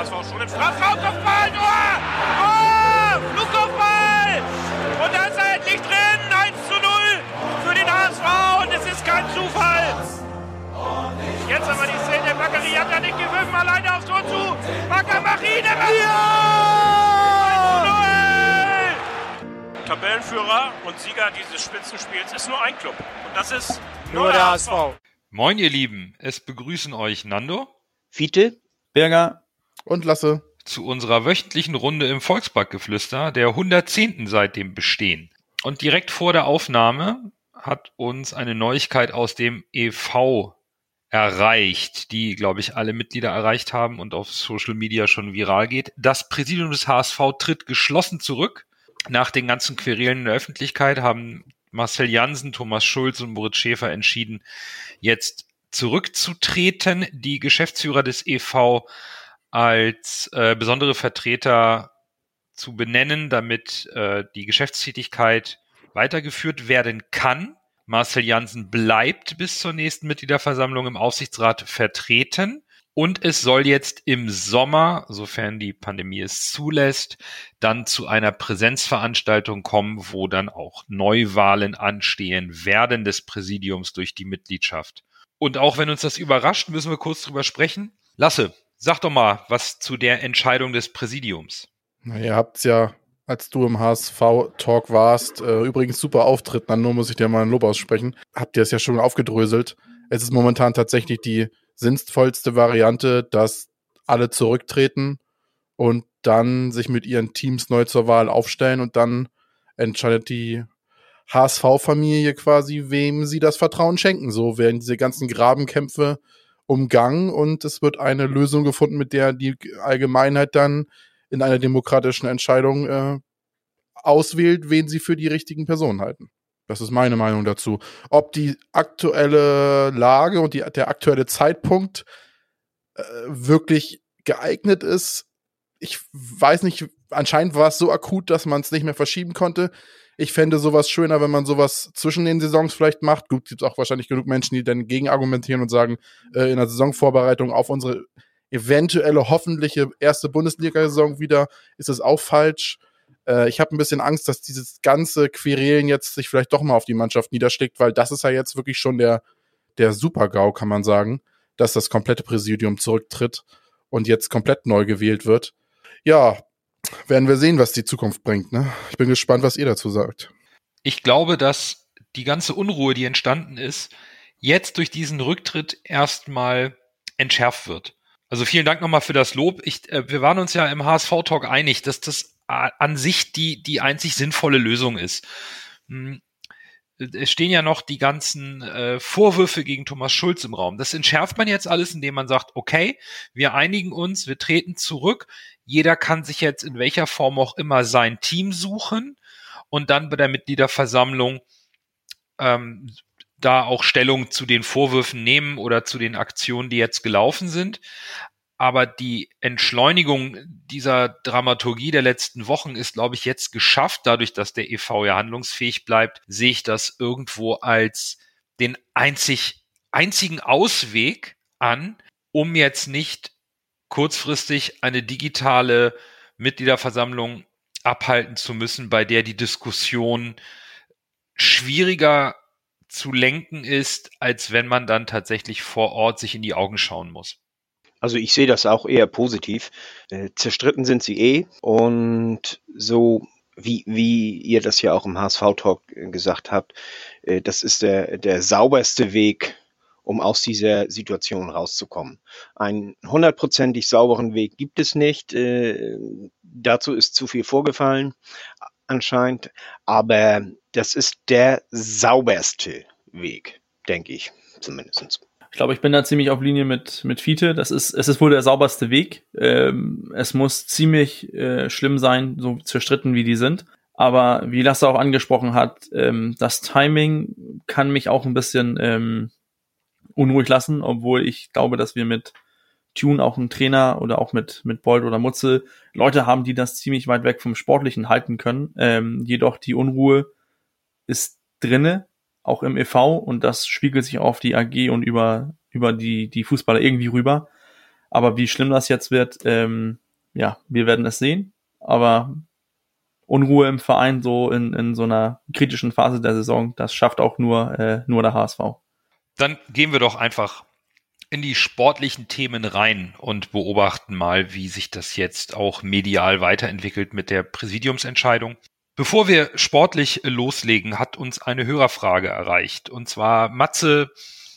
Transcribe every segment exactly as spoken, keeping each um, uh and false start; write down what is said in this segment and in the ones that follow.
S V schon im Strafraum, Kopfball, Tor! Oh, Flugkopfball! Und da ist er endlich drin, eins zu null für den H S V und es ist kein Zufall. Jetzt aber die Szene, Bakary hat ja nicht gewürfen, alleine aufs Tor zu. Bakary Machine, ja! Tabellenführer und Sieger dieses Spitzenspiels ist nur ein Club und das ist nur, nur der H S V. Moin ihr Lieben, es begrüßen euch Nando, Fiete, Berger und Lasse zu unserer wöchentlichen Runde im Volksparkgeflüster, der hundertzehnten seit dem Bestehen. Und direkt vor der Aufnahme hat uns eine Neuigkeit aus dem E V erreicht, die, glaube ich, alle Mitglieder erreicht haben und auf Social Media schon viral geht. Das Präsidium des H S V tritt geschlossen zurück. Nach den ganzen Querelen in der Öffentlichkeit haben Marcel Jansen, Thomas Schulz und Moritz Schäfer entschieden, jetzt zurückzutreten, die Geschäftsführer des E V als äh, besondere Vertreter zu benennen, damit äh, die Geschäftstätigkeit weitergeführt werden kann. Marcel Jansen bleibt bis zur nächsten Mitgliederversammlung im Aufsichtsrat vertreten und es soll jetzt im Sommer, sofern die Pandemie es zulässt, dann zu einer Präsenzveranstaltung kommen, wo dann auch Neuwahlen anstehen werden des Präsidiums durch die Mitgliedschaft. Und auch wenn uns das überrascht, müssen wir kurz drüber sprechen. Lasse, sag doch mal was zu der Entscheidung des Präsidiums. Na, ihr habt's ja, als du im H S V-Talk warst, äh, übrigens super Auftritt, dann nur muss ich dir mal ein Lob aussprechen, habt ihr es ja schon aufgedröselt. Es ist momentan tatsächlich die sinnvollste Variante, dass alle zurücktreten und dann sich mit ihren Teams neu zur Wahl aufstellen und dann entscheidet die H S V-Familie quasi, wem sie das Vertrauen schenken. So werden diese ganzen Grabenkämpfe umgangen und es wird eine Lösung gefunden, mit der die Allgemeinheit dann in einer demokratischen Entscheidung äh, auswählt, wen sie für die richtigen Personen halten. Das ist meine Meinung dazu. Ob die aktuelle Lage und die, der aktuelle Zeitpunkt äh, wirklich geeignet ist, ich weiß nicht, anscheinend war es so akut, dass man es nicht mehr verschieben konnte. Ich fände sowas schöner, wenn man sowas zwischen den Saisons vielleicht macht. Gut, gibt es auch wahrscheinlich genug Menschen, die dann gegen argumentieren und sagen, äh, in der Saisonvorbereitung auf unsere eventuelle, hoffentliche erste Bundesliga-Saison wieder ist es auch falsch. Äh, ich habe ein bisschen Angst, dass dieses ganze Querelen jetzt sich vielleicht doch mal auf die Mannschaft niederschlägt, weil das ist ja jetzt wirklich schon der, der Super-GAU, kann man sagen, dass das komplette Präsidium zurücktritt und jetzt komplett neu gewählt wird. Ja, werden wir sehen, was die Zukunft bringt, ne? Ich bin gespannt, was ihr dazu sagt. Ich glaube, dass die ganze Unruhe, die entstanden ist, jetzt durch diesen Rücktritt erstmal entschärft wird. Also vielen Dank nochmal für das Lob. Ich, äh, wir waren uns ja im H S V-Talk einig, dass das äh, an sich die, die einzig sinnvolle Lösung ist. Hm. Es stehen ja noch die ganzen äh, Vorwürfe gegen Thomas Schulz im Raum. Das entschärft man jetzt alles, indem man sagt, okay, wir einigen uns, wir treten zurück. Jeder kann sich jetzt in welcher Form auch immer sein Team suchen und dann bei der Mitgliederversammlung ähm, da auch Stellung zu den Vorwürfen nehmen oder zu den Aktionen, die jetzt gelaufen sind. Aber die Entschleunigung dieser Dramaturgie der letzten Wochen ist, glaube ich, jetzt geschafft. Dadurch, dass der E V ja handlungsfähig bleibt, sehe ich das irgendwo als den einzig, einzigen Ausweg an, um jetzt nicht kurzfristig eine digitale Mitgliederversammlung abhalten zu müssen, bei der die Diskussion schwieriger zu lenken ist, als wenn man dann tatsächlich vor Ort sich in die Augen schauen muss. Also ich sehe das auch eher positiv. Äh, zerstritten sind sie eh und so wie, wie ihr das ja auch im H S V-Talk gesagt habt, äh, das ist der, der sauberste Weg, um aus dieser Situation rauszukommen. Einen hundertprozentig sauberen Weg gibt es nicht. Äh, dazu ist zu viel vorgefallen anscheinend, aber das ist der sauberste Weg, denke ich zumindest. Ich glaube, ich bin da ziemlich auf Linie mit mit Fiete. Das ist, es ist wohl der sauberste Weg. Ähm, es muss ziemlich äh, schlimm sein, so zerstritten wie die sind. Aber wie Lasse auch angesprochen hat, ähm, das Timing kann mich auch ein bisschen ähm, unruhig lassen, obwohl ich glaube, dass wir mit Tune auch einen Trainer oder auch mit mit Bold oder Mutzel Leute haben, die das ziemlich weit weg vom Sportlichen halten können. Ähm, jedoch die Unruhe ist drinne, auch im E V, und das spiegelt sich auf die A G und über über die die Fußballer irgendwie rüber. Aber wie schlimm das jetzt wird, ähm, ja, wir werden es sehen. Aber Unruhe im Verein so in, in so einer kritischen Phase der Saison, das schafft auch nur, äh, nur der H S V. Dann gehen wir doch einfach in die sportlichen Themen rein und beobachten mal, wie sich das jetzt auch medial weiterentwickelt mit der Präsidiumsentscheidung. Bevor wir sportlich loslegen, hat uns eine Hörerfrage erreicht. Und zwar Matze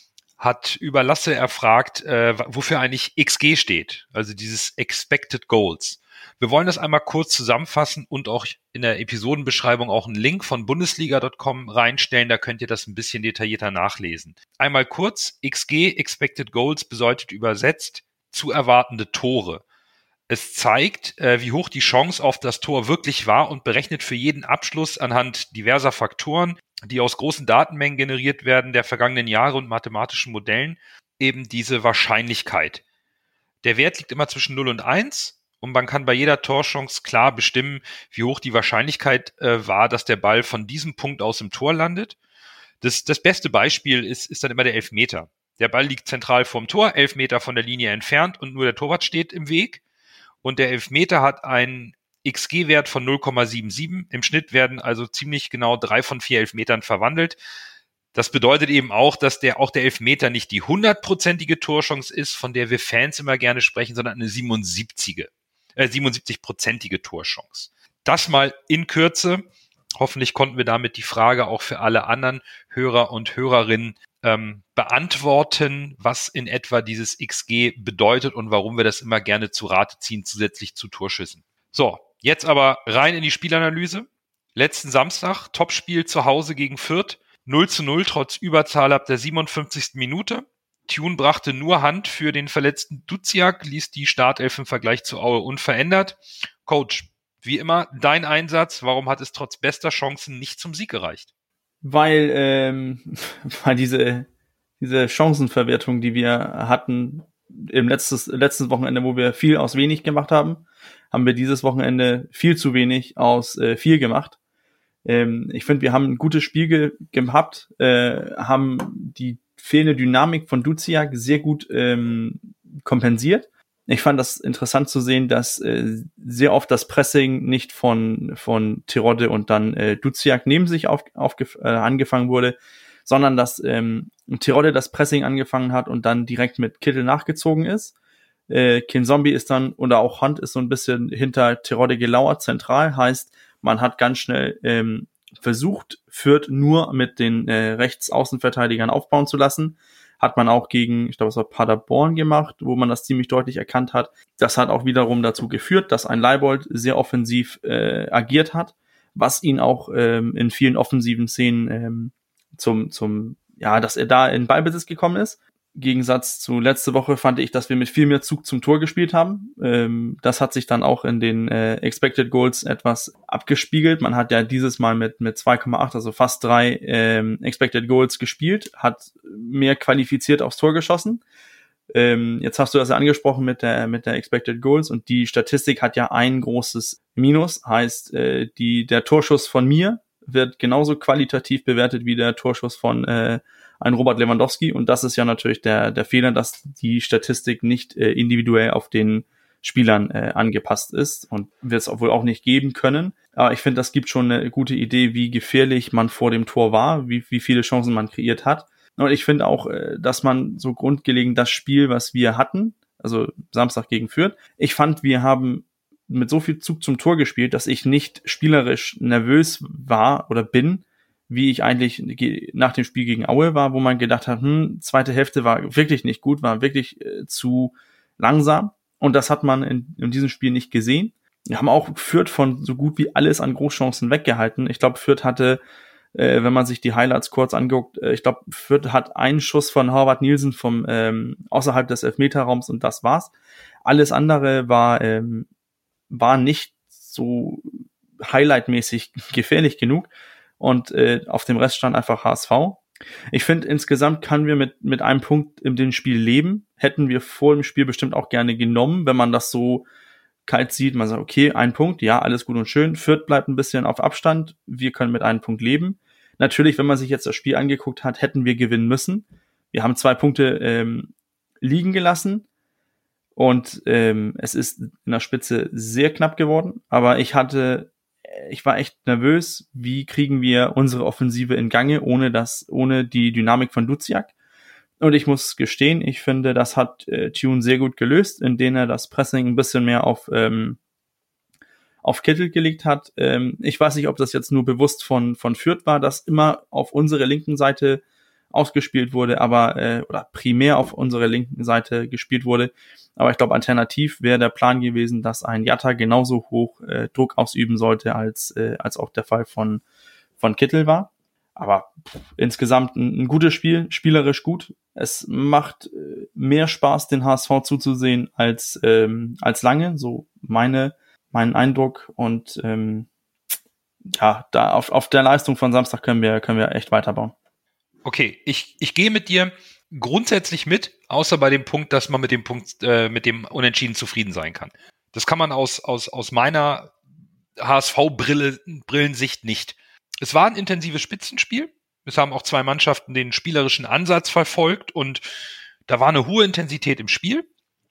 hat über Lasse erfragt, äh, wofür eigentlich X G steht, also dieses Expected Goals. Wir wollen das einmal kurz zusammenfassen und auch in der Episodenbeschreibung auch einen Link von Bundesliga Punkt com reinstellen, da könnt ihr das ein bisschen detaillierter nachlesen. Einmal kurz, X G, Expected Goals, bedeutet übersetzt zu erwartende Tore. Es zeigt, äh, wie hoch die Chance auf das Tor wirklich war und berechnet für jeden Abschluss anhand diverser Faktoren, die aus großen Datenmengen generiert werden, der vergangenen Jahre und mathematischen Modellen, eben diese Wahrscheinlichkeit. Der Wert liegt immer zwischen null und eins und man kann bei jeder Torchance klar bestimmen, wie hoch die Wahrscheinlichkeit äh, war, dass der Ball von diesem Punkt aus im Tor landet. Das, das beste Beispiel ist, ist dann immer der Elfmeter. Der Ball liegt zentral vorm Tor, elf Meter von der Linie entfernt und nur der Torwart steht im Weg. Und der Elfmeter hat einen X G-Wert von null Komma siebenundsiebzig. Im Schnitt werden also ziemlich genau drei von vier Elfmetern verwandelt. Das bedeutet eben auch, dass der auch der Elfmeter nicht die hundertprozentige Torchance ist, von der wir Fans immer gerne sprechen, sondern eine siebenundsiebzige, äh, siebenundsiebzig-prozentige Torchance. Das mal in Kürze. Hoffentlich konnten wir damit die Frage auch für alle anderen Hörer und Hörerinnen ähm, beantworten, was in etwa dieses X G bedeutet und warum wir das immer gerne zu Rate ziehen, zusätzlich zu Torschüssen. So, jetzt aber rein in die Spielanalyse. Letzten Samstag, Topspiel zu Hause gegen Fürth, null zu null trotz Überzahl ab der siebenundfünfzigsten Minute. Thun brachte nur Hand für den verletzten Duziak, ließ die Startelf im Vergleich zu Aue unverändert. Coach, wie immer, dein Einsatz, warum hat es trotz bester Chancen nicht zum Sieg gereicht? Weil, ähm, weil diese, diese Chancenverwertung, die wir hatten im letztes, letztes Wochenende, wo wir viel aus wenig gemacht haben, haben wir dieses Wochenende viel zu wenig aus äh, viel gemacht. Ähm, ich finde, wir haben ein gutes Spiel ge- gehabt, äh, haben die fehlende Dynamik von Duziak sehr gut ähm, kompensiert. Ich fand das interessant zu sehen, dass äh, sehr oft das Pressing nicht von von Terodde und dann äh, Duziak neben sich auf, auf, äh, angefangen wurde, sondern dass ähm, Terodde das Pressing angefangen hat und dann direkt mit Kittel nachgezogen ist. Äh, Kinzombie ist dann, oder auch Hunt ist so ein bisschen hinter Terodde gelauert, zentral, heißt, man hat ganz schnell ähm, versucht, Fürth nur mit den äh, Rechtsaußenverteidigern aufbauen zu lassen. Hat man auch gegen, ich glaube, es war Paderborn gemacht, wo man das ziemlich deutlich erkannt hat. Das hat auch wiederum dazu geführt, dass ein Leibold sehr offensiv äh, agiert hat, was ihn auch ähm, in vielen offensiven Szenen ähm, zum, zum, ja, dass er da in Ballbesitz gekommen ist. Gegensatz zu letzte Woche fand ich, dass wir mit viel mehr Zug zum Tor gespielt haben. Ähm, das hat sich dann auch in den äh, Expected Goals etwas abgespiegelt. Man hat ja dieses Mal mit mit zwei Komma acht, also fast drei ähm, Expected Goals gespielt, hat mehr qualifiziert aufs Tor geschossen. Ähm, jetzt hast du das ja angesprochen mit der mit der Expected Goals und die Statistik hat ja ein großes Minus, heißt äh, die der Torschuss von mir wird genauso qualitativ bewertet wie der Torschuss von äh, ein Robert Lewandowski, und das ist ja natürlich der der Fehler, dass die Statistik nicht äh, individuell auf den Spielern äh, angepasst ist und wird es wohl auch nicht geben können. Aber ich finde, das gibt schon eine gute Idee, wie gefährlich man vor dem Tor war, wie wie viele Chancen man kreiert hat. Und ich finde auch, äh, dass man so grundgelegen das Spiel, was wir hatten, also Samstag gegen Fürth, ich fand, wir haben mit so viel Zug zum Tor gespielt, dass ich nicht spielerisch nervös war oder bin, wie ich eigentlich nach dem Spiel gegen Aue war, wo man gedacht hat, hm, zweite Hälfte war wirklich nicht gut, war wirklich äh, zu langsam. Und das hat man in, in diesem Spiel nicht gesehen. Wir haben auch Fürth von so gut wie alles an Großchancen weggehalten. Ich glaube, Fürth hatte, äh, wenn man sich die Highlights kurz anguckt, äh, ich glaube, Fürth hat einen Schuss von Horvath Nielsen vom ähm, außerhalb des Elfmeterraums und das war's. Alles andere war ähm, war nicht so highlightmäßig gefährlich genug. Und äh, auf dem Rest stand einfach H S V. Ich finde, insgesamt können wir mit mit einem Punkt in dem Spiel leben. Hätten wir vor dem Spiel bestimmt auch gerne genommen, wenn man das so kalt sieht. Man sagt, okay, ein Punkt, ja, alles gut und schön. Fürth bleibt ein bisschen auf Abstand. Wir können mit einem Punkt leben. Natürlich, wenn man sich jetzt das Spiel angeguckt hat, hätten wir gewinnen müssen. Wir haben zwei Punkte ähm, liegen gelassen. Und ähm, es ist in der Spitze sehr knapp geworden, aber ich hatte, ich war echt nervös, wie kriegen wir unsere Offensive in Gange, ohne das, ohne die Dynamik von Duziak. Und ich muss gestehen, ich finde, das hat äh, Tune sehr gut gelöst, indem er das Pressing ein bisschen mehr auf ähm, auf Kittel gelegt hat. Ähm, ich weiß nicht, ob das jetzt nur bewusst von von Fürth war, dass immer auf unsere linken Seite ausgespielt wurde, aber äh, oder primär auf unserer linken Seite gespielt wurde. Aber ich glaube, alternativ wäre der Plan gewesen, dass ein Jatta genauso hoch äh, Druck ausüben sollte, als äh, als auch der Fall von von Kittel war. Aber pff, insgesamt ein, ein gutes Spiel, spielerisch gut. Es macht äh, mehr Spaß, den H S V zuzusehen als ähm, als lange, so meine mein Eindruck. Und ähm, ja, da auf auf der Leistung von Samstag können wir können wir echt weiterbauen. Okay, ich, ich gehe mit dir grundsätzlich mit, außer bei dem Punkt, dass man mit dem Punkt, äh, mit dem Unentschieden zufrieden sein kann. Das kann man aus, aus, aus meiner H S V-Brille, Brillensicht nicht. Es war ein intensives Spitzenspiel. Es haben auch zwei Mannschaften den spielerischen Ansatz verfolgt und da war eine hohe Intensität im Spiel.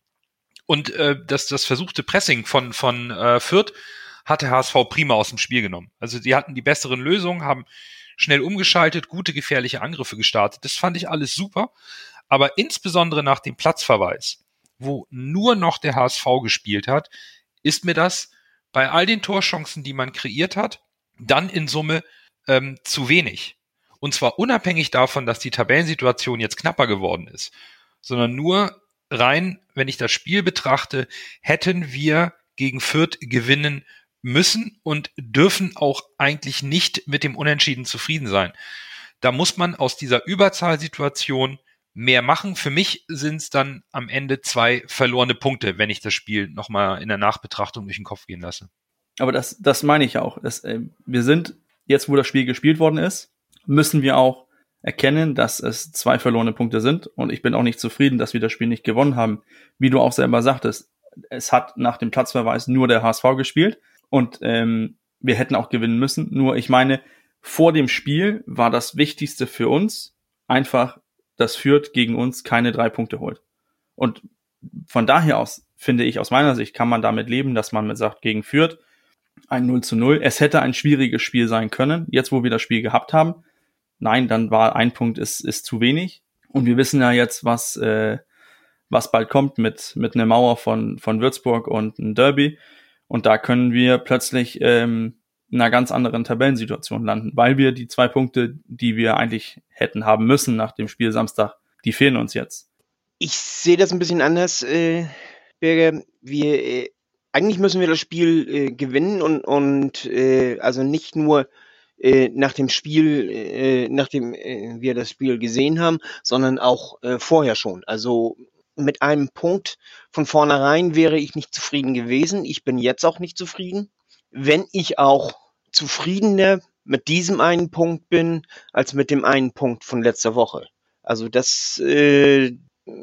Und äh, das, das versuchte Pressing von, von äh, Fürth hat der H S V prima aus dem Spiel genommen. Also die hatten die besseren Lösungen, haben schnell umgeschaltet, gute, gefährliche Angriffe gestartet. Das fand ich alles super. Aber insbesondere nach dem Platzverweis, wo nur noch der H S V gespielt hat, ist mir das bei all den Torchancen, die man kreiert hat, dann in Summe ähm, zu wenig. Und zwar unabhängig davon, dass die Tabellensituation jetzt knapper geworden ist, sondern nur rein, wenn ich das Spiel betrachte, hätten wir gegen Fürth gewinnen müssen und dürfen auch eigentlich nicht mit dem Unentschieden zufrieden sein. Da muss man aus dieser Überzahlsituation mehr machen. Für mich sind es dann am Ende zwei verlorene Punkte, wenn ich das Spiel nochmal in der Nachbetrachtung durch den Kopf gehen lasse. Aber das, das meine ich auch. Das, äh, wir sind, jetzt wo das Spiel gespielt worden ist, müssen wir auch erkennen, dass es zwei verlorene Punkte sind. Und ich bin auch nicht zufrieden, dass wir das Spiel nicht gewonnen haben. Wie du auch selber sagtest, es hat nach dem Platzverweis nur der H S V gespielt. Und ähm, wir hätten auch gewinnen müssen. Nur ich meine, vor dem Spiel war das Wichtigste für uns einfach, dass Fürth gegen uns keine drei Punkte holt. Und von daher aus, finde ich, aus meiner Sicht, kann man damit leben, dass man sagt, gegen Fürth ein null zu null. Es hätte ein schwieriges Spiel sein können. Jetzt, wo wir das Spiel gehabt haben, nein, dann war ein Punkt ist, ist zu wenig. Und wir wissen ja jetzt, was äh, was bald kommt mit mit einer Mauer von von Würzburg und einem Derby. Und da können wir plötzlich ähm, in einer ganz anderen Tabellensituation landen, weil wir die zwei Punkte, die wir eigentlich hätten haben müssen nach dem Spiel Samstag, die fehlen uns jetzt. Ich sehe das ein bisschen anders, äh, Birger. Wir, äh, eigentlich müssen wir das Spiel äh, gewinnen und, und äh, also nicht nur äh, nach dem Spiel, äh, nachdem äh, wir das Spiel gesehen haben, sondern auch äh, vorher schon. Also mit einem Punkt von vornherein wäre ich nicht zufrieden gewesen. Ich bin jetzt auch nicht zufrieden. Wenn ich auch zufriedener mit diesem einen Punkt bin, als mit dem einen Punkt von letzter Woche. Also das äh,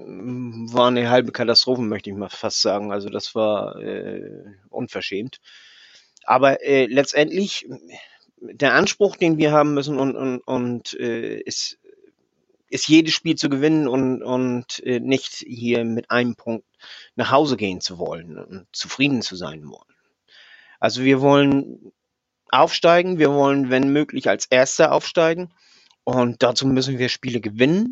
war eine halbe Katastrophe, möchte ich mal fast sagen. Also das war äh, unverschämt. Aber äh, letztendlich, der Anspruch, den wir haben müssen und, und, und äh, ist ist jedes Spiel zu gewinnen und, und äh, nicht hier mit einem Punkt nach Hause gehen zu wollen und zufrieden zu sein wollen. Also wir wollen aufsteigen, wir wollen, wenn möglich, als Erster aufsteigen und dazu müssen wir Spiele gewinnen.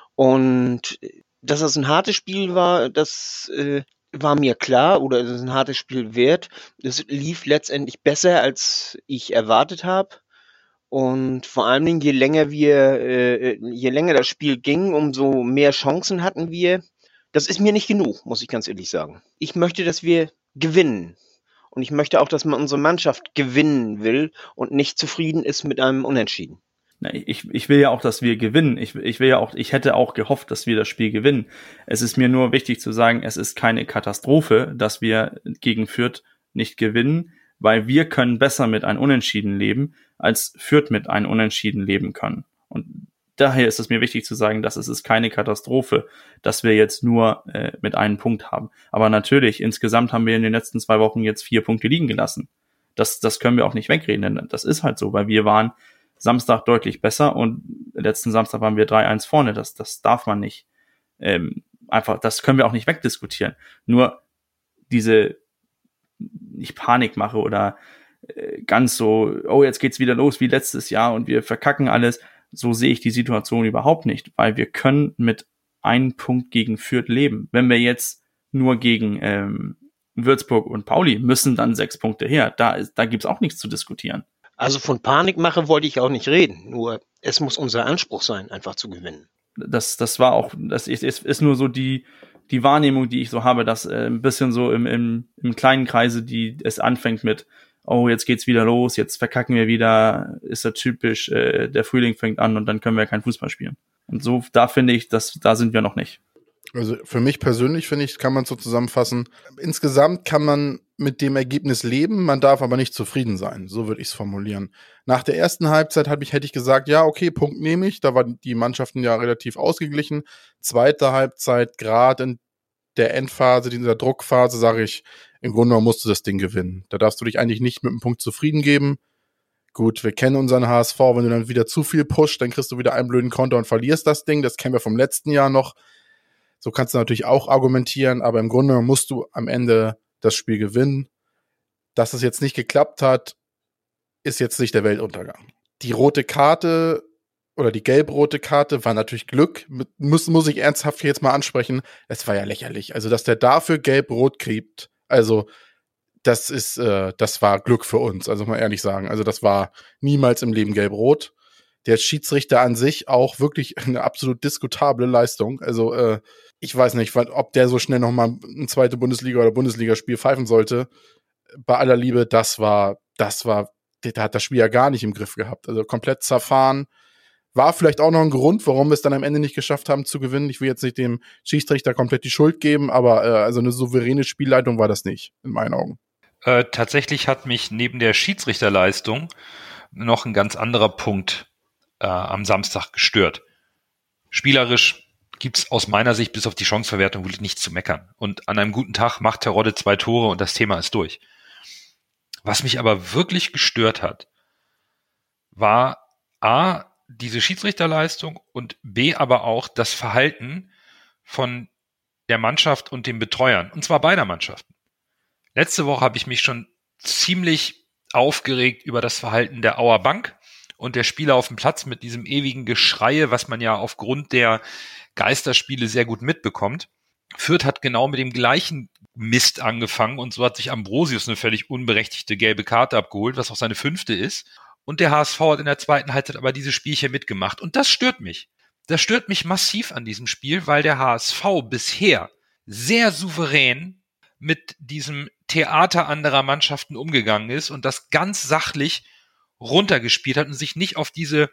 Und dass das ein hartes Spiel war, das äh, war mir klar, oder dass es ein hartes Spiel wird. Es lief letztendlich besser, als ich erwartet habe. Und vor allen Dingen, je länger wir, äh, je länger das Spiel ging, umso mehr Chancen hatten wir. Das ist mir nicht genug, muss ich ganz ehrlich sagen. Ich möchte, dass wir gewinnen. Und ich möchte auch, dass man unsere Mannschaft gewinnen will und nicht zufrieden ist mit einem Unentschieden. Ich, ich will ja auch, dass wir gewinnen. Ich, ich will ja auch, ich hätte auch gehofft, dass wir das Spiel gewinnen. Es ist mir nur wichtig zu sagen, es ist keine Katastrophe, dass wir gegen Fürth nicht gewinnen, weil wir können besser mit einem Unentschieden leben, als Fürth mit einem Unentschieden leben können. Und daher ist es mir wichtig zu sagen, dass es ist keine Katastrophe, dass wir jetzt nur äh, mit einem Punkt haben. Aber natürlich, insgesamt haben wir in den letzten zwei Wochen jetzt vier Punkte liegen gelassen. Das, das können wir auch nicht wegreden, denn das ist halt so, weil wir waren Samstag deutlich besser und letzten Samstag waren wir drei eins vorne. Das, das darf man nicht ähm, einfach, das können wir auch nicht wegdiskutieren. Nur diese, nicht Panik mache oder äh, ganz so, oh, jetzt geht's wieder los wie letztes Jahr und wir verkacken alles. So sehe ich die Situation überhaupt nicht, weil wir können mit einem Punkt gegen Fürth leben. Wenn wir jetzt nur gegen ähm, Würzburg und Pauli müssen, dann sechs Punkte her. Da, ist, da gibt's auch nichts zu diskutieren. Also von Panikmache wollte ich auch nicht reden. Nur es muss unser Anspruch sein, einfach zu gewinnen. Das, das war auch, das ist, ist, ist nur so die, die Wahrnehmung, die ich so habe, dass äh, ein bisschen so im, im, im kleinen Kreise, die es anfängt mit, oh, jetzt geht's wieder los, jetzt verkacken wir wieder, ist ja typisch, äh, der Frühling fängt an und dann können wir kein Fußball spielen. Und so, da finde ich, dass, da sind wir noch nicht. Also für mich persönlich, finde ich, kann man so zusammenfassen. Insgesamt kann man mit dem Ergebnis leben, man darf aber nicht zufrieden sein. So würde ich es formulieren. Nach der ersten Halbzeit hab ich, hätte ich gesagt, ja, okay, Punkt nehme ich. Da waren die Mannschaften ja relativ ausgeglichen. Zweite Halbzeit, gerade in der Endphase, in dieser Druckphase, sage ich, im Grunde genommen musst du das Ding gewinnen. Da darfst du dich eigentlich nicht mit einem Punkt zufrieden geben. Gut, wir kennen unseren H S V, wenn du dann wieder zu viel pusht, dann kriegst du wieder einen blöden Konter und verlierst das Ding. Das kennen wir vom letzten Jahr noch. So kannst du natürlich auch argumentieren, aber im Grunde musst du am Ende das Spiel gewinnen. Dass es jetzt nicht geklappt hat, ist jetzt nicht der Weltuntergang. Die rote Karte oder die gelb-rote Karte war natürlich Glück. Muss, muss ich ernsthaft jetzt mal ansprechen. Es war ja lächerlich. Also, dass der dafür gelb-rot kriegt, also das ist, äh, das war Glück für uns, also mal ehrlich sagen. Also das war niemals im Leben gelb-rot. Der Schiedsrichter an sich auch wirklich eine absolut diskutable Leistung. Also äh, ich weiß nicht, ob der so schnell nochmal ein zweite Bundesliga- oder Bundesligaspiel pfeifen sollte. Bei aller Liebe, das war, das war, der hat das Spiel ja gar nicht im Griff gehabt. Also komplett zerfahren. War vielleicht auch noch ein Grund, warum wir es dann am Ende nicht geschafft haben zu gewinnen. Ich will jetzt nicht dem Schiedsrichter komplett die Schuld geben, aber äh, also eine souveräne Spielleitung war das nicht, in meinen Augen. Äh, tatsächlich hat mich neben der Schiedsrichterleistung noch ein ganz anderer Punkt äh, am Samstag gestört. Spielerisch gibt's aus meiner Sicht bis auf die Chancenverwertung wirklich nichts zu meckern. Und an einem guten Tag macht Terodde zwei Tore und das Thema ist durch. Was mich aber wirklich gestört hat, war A, diese Schiedsrichterleistung und B, aber auch das Verhalten von der Mannschaft und den Betreuern. Und zwar beider Mannschaften. Letzte Woche habe ich mich schon ziemlich aufgeregt über das Verhalten der Auer Bank und der Spieler auf dem Platz mit diesem ewigen Geschreie, was man ja aufgrund der Geisterspiele sehr gut mitbekommt. Fürth hat genau mit dem gleichen Mist angefangen und so hat sich Ambrosius eine völlig unberechtigte gelbe Karte abgeholt, was auch seine fünfte ist. Und der H S V hat in der zweiten Halbzeit aber diese Spielchen mitgemacht. Und das stört mich. Das stört mich massiv an diesem Spiel, weil der H S V bisher sehr souverän mit diesem Theater anderer Mannschaften umgegangen ist und das ganz sachlich runtergespielt hat und sich nicht auf diese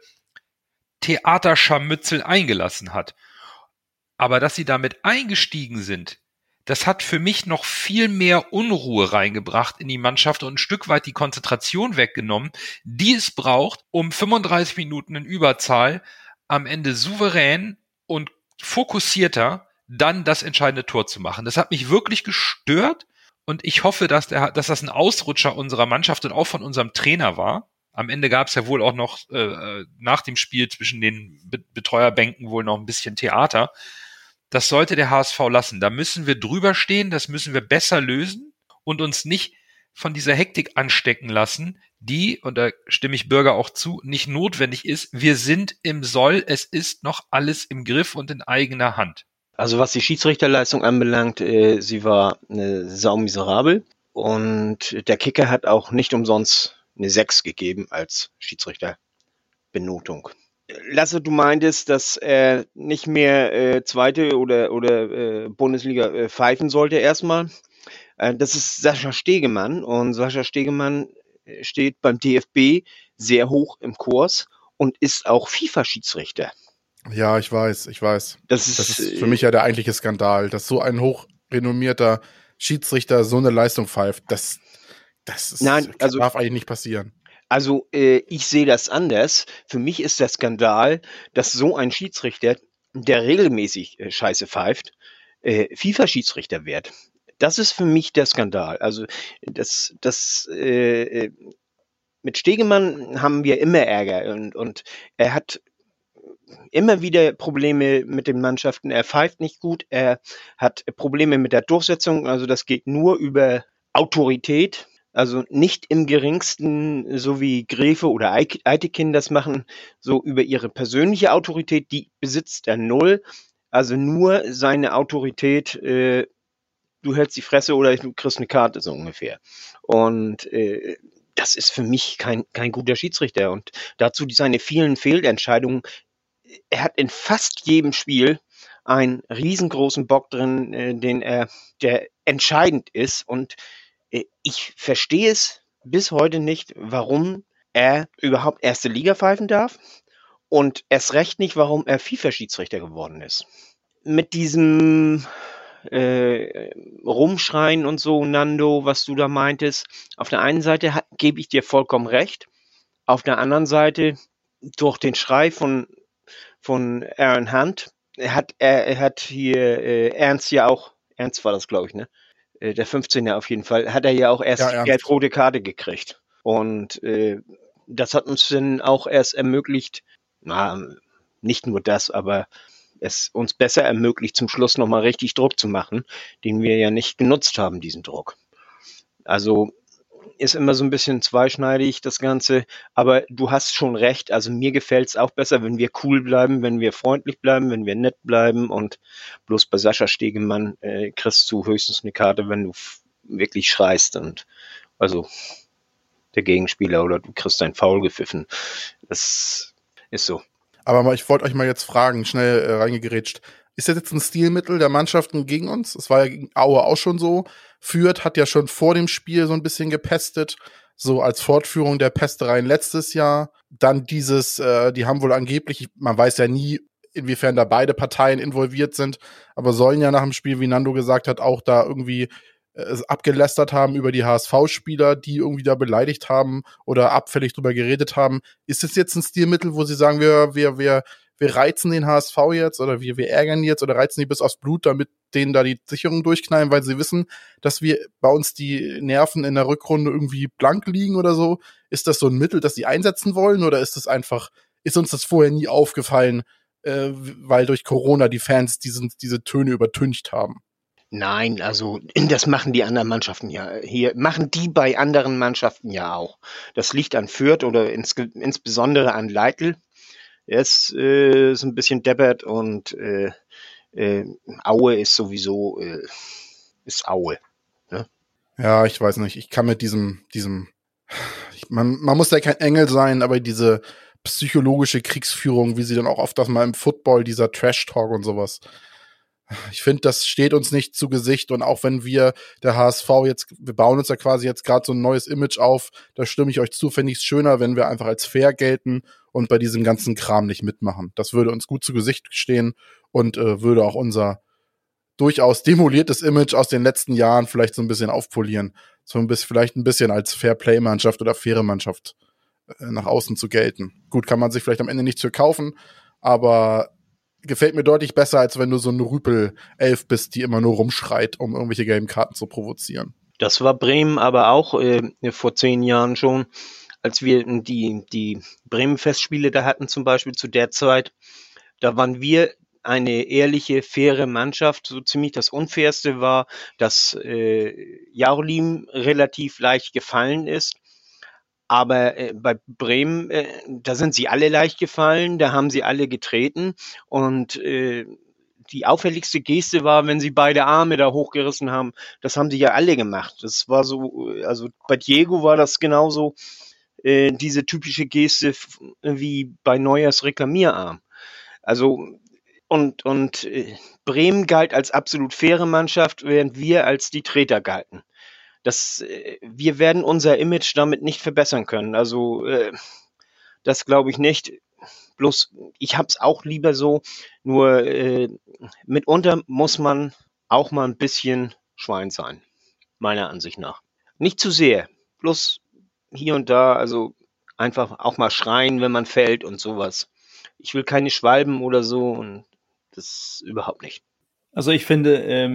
Theaterscharmützel eingelassen hat. Aber dass sie damit eingestiegen sind, das hat für mich noch viel mehr Unruhe reingebracht in die Mannschaft und ein Stück weit die Konzentration weggenommen, die es braucht, um fünfunddreißig Minuten in Überzahl am Ende souverän und fokussierter dann das entscheidende Tor zu machen. Das hat mich wirklich gestört und ich hoffe, dass, der, dass das ein Ausrutscher unserer Mannschaft und auch von unserem Trainer war. Am Ende gab es ja wohl auch noch äh, nach dem Spiel zwischen den Be- Betreuerbänken wohl noch ein bisschen Theater. Das sollte der H S V lassen. Da müssen wir drüber stehen, das müssen wir besser lösen und uns nicht von dieser Hektik anstecken lassen, die, und da stimme ich Bürger auch zu, nicht notwendig ist. Wir sind im Soll, es ist noch alles im Griff und in eigener Hand. Also was die Schiedsrichterleistung anbelangt, äh, sie war äh, saumiserabel und der Kicker hat auch nicht umsonst eine sechs gegeben als Schiedsrichterbenotung. Lasse, du meintest, dass er nicht mehr äh, zweite oder, oder äh, Bundesliga äh, pfeifen sollte erstmal. Äh, das ist Sascha Stegemann und Sascha Stegemann steht beim D F B sehr hoch im Kurs und ist auch FIFA-Schiedsrichter. Ja, ich weiß, ich weiß. Das ist, das ist für mich ja der eigentliche Skandal, dass so ein hochrenommierter Schiedsrichter so eine Leistung pfeift. Das, das ist, Nein, also, darf eigentlich nicht passieren. Also äh, ich sehe das anders. Für mich ist der Skandal, dass so ein Schiedsrichter, der regelmäßig äh, Scheiße pfeift, äh, FIFA-Schiedsrichter wird. Das ist für mich der Skandal. Also das, das äh, mit Stegemann haben wir immer Ärger und, und er hat immer wieder Probleme mit den Mannschaften. Er pfeift nicht gut, er hat Probleme mit der Durchsetzung, also das geht nur über Autorität, also nicht im geringsten, so wie Gräfe oder Eitekin das machen, so über ihre persönliche Autorität, die besitzt er null, also nur seine Autorität, äh, du hältst die Fresse oder du kriegst eine Karte, so ungefähr. Und äh, das ist für mich kein, kein guter Schiedsrichter. Und dazu seine vielen Fehlentscheidungen. Er hat in fast jedem Spiel einen riesengroßen Bock drin, äh, den er, der entscheidend ist. Und äh, ich verstehe es bis heute nicht, warum er überhaupt erste Liga pfeifen darf. Und erst recht nicht, warum er FIFA-Schiedsrichter geworden ist. Mit diesem Äh, rumschreien und so, Nando, was du da meintest. Auf der einen Seite ha- gebe ich dir vollkommen recht. Auf der anderen Seite, durch den Schrei von, von Aaron Hunt, er hat, er, er hat hier äh, Ernst ja auch, Ernst war das, glaube ich, ne? Äh, der fünfzehner auf jeden Fall, hat er ja auch erst Ja, die Ernst. gelb-rote Karte gekriegt. Und äh, das hat uns dann auch erst ermöglicht, na, nicht nur das, aber es uns besser ermöglicht, zum Schluss nochmal richtig Druck zu machen, den wir ja nicht genutzt haben, diesen Druck. Also ist immer so ein bisschen zweischneidig, das Ganze, aber du hast schon recht, also mir gefällt es auch besser, wenn wir cool bleiben, wenn wir freundlich bleiben, wenn wir nett bleiben und bloß bei Sascha Stegemann äh, kriegst du höchstens eine Karte, wenn du f- wirklich schreist und also der Gegenspieler oder du kriegst ein Foul gepfiffen. Das ist so. Aber mal, ich wollte euch mal jetzt fragen, schnell äh, reingegerätscht. Ist das jetzt ein Stilmittel der Mannschaften gegen uns? Es war ja gegen Aue auch schon so. Fürth hat ja schon vor dem Spiel so ein bisschen gepestet, so als Fortführung der Pestereien letztes Jahr. Dann dieses, äh, die haben wohl angeblich, man weiß ja nie, inwiefern da beide Parteien involviert sind, aber sollen ja nach dem Spiel, wie Nando gesagt hat, auch da irgendwie äh, abgelästert haben über die H S V-Spieler, die irgendwie da beleidigt haben oder abfällig drüber geredet haben. Ist es jetzt ein Stilmittel, wo sie sagen, wir, wir, wir, wir reizen den H S V jetzt oder wir, wir ärgern die jetzt oder reizen die bis aufs Blut, damit denen da die Sicherung durchknallen, weil sie wissen, dass wir bei uns die Nerven in der Rückrunde irgendwie blank liegen oder so? Ist das so ein Mittel, das sie einsetzen wollen oder ist das einfach, ist uns das vorher nie aufgefallen, äh, weil durch Corona die Fans diesen, diese Töne übertüncht haben? Nein, also das machen die anderen Mannschaften ja hier, machen die bei anderen Mannschaften ja auch. Das liegt an Fürth oder ins, insbesondere an Leitl. Er ist äh, so ein bisschen deppert und äh, äh, Aue ist sowieso äh, ist Aue. Ne? Ja, ich weiß nicht. Ich kann mit diesem, diesem, ich, man, man muss ja kein Engel sein, aber diese psychologische Kriegsführung, wie sie dann auch oft das mal im Football, dieser Trash-Talk und sowas. Ich finde, das steht uns nicht zu Gesicht und auch wenn wir, der H S V jetzt, wir bauen uns ja quasi jetzt gerade so ein neues Image auf, da stimme ich euch zu, fände ich es schöner, wenn wir einfach als fair gelten und bei diesem ganzen Kram nicht mitmachen. Das würde uns gut zu Gesicht stehen und äh, würde auch unser durchaus demoliertes Image aus den letzten Jahren vielleicht so ein bisschen aufpolieren. So ein bisschen, vielleicht ein bisschen als Fair-Play-Mannschaft oder faire Mannschaft äh, nach außen zu gelten. Gut, kann man sich vielleicht am Ende nicht für kaufen, aber gefällt mir deutlich besser, als wenn du so ein Rüpel-Elf bist, die immer nur rumschreit, um irgendwelche gelben Karten zu provozieren. Das war Bremen aber auch äh, vor zehn Jahren schon, als wir die, die Bremen-Festspiele da hatten, zum Beispiel zu der Zeit. Da waren wir eine ehrliche, faire Mannschaft. So ziemlich das Unfairste war, dass äh, Jarolim relativ leicht gefallen ist. Aber äh, bei Bremen, äh, da sind sie alle leicht gefallen, da haben sie alle getreten und äh, die auffälligste Geste war, wenn sie beide Arme da hochgerissen haben. Das haben sie ja alle gemacht. Das war so, also bei Diego war das genauso äh, diese typische Geste f- wie bei Neuers Reklamierarm. Also und und äh, Bremen galt als absolut faire Mannschaft, während wir als die Treter galten. Das, äh, wir werden unser Image damit nicht verbessern können. Also äh, das glaube ich nicht. Bloß ich hab's auch lieber so. Nur äh, mitunter muss man auch mal ein bisschen Schwein sein, meiner Ansicht nach. Nicht zu sehr. Bloß hier und da, also einfach auch mal schreien, wenn man fällt und sowas. Ich will keine Schwalben oder so und das überhaupt nicht. Also ich finde, ähm,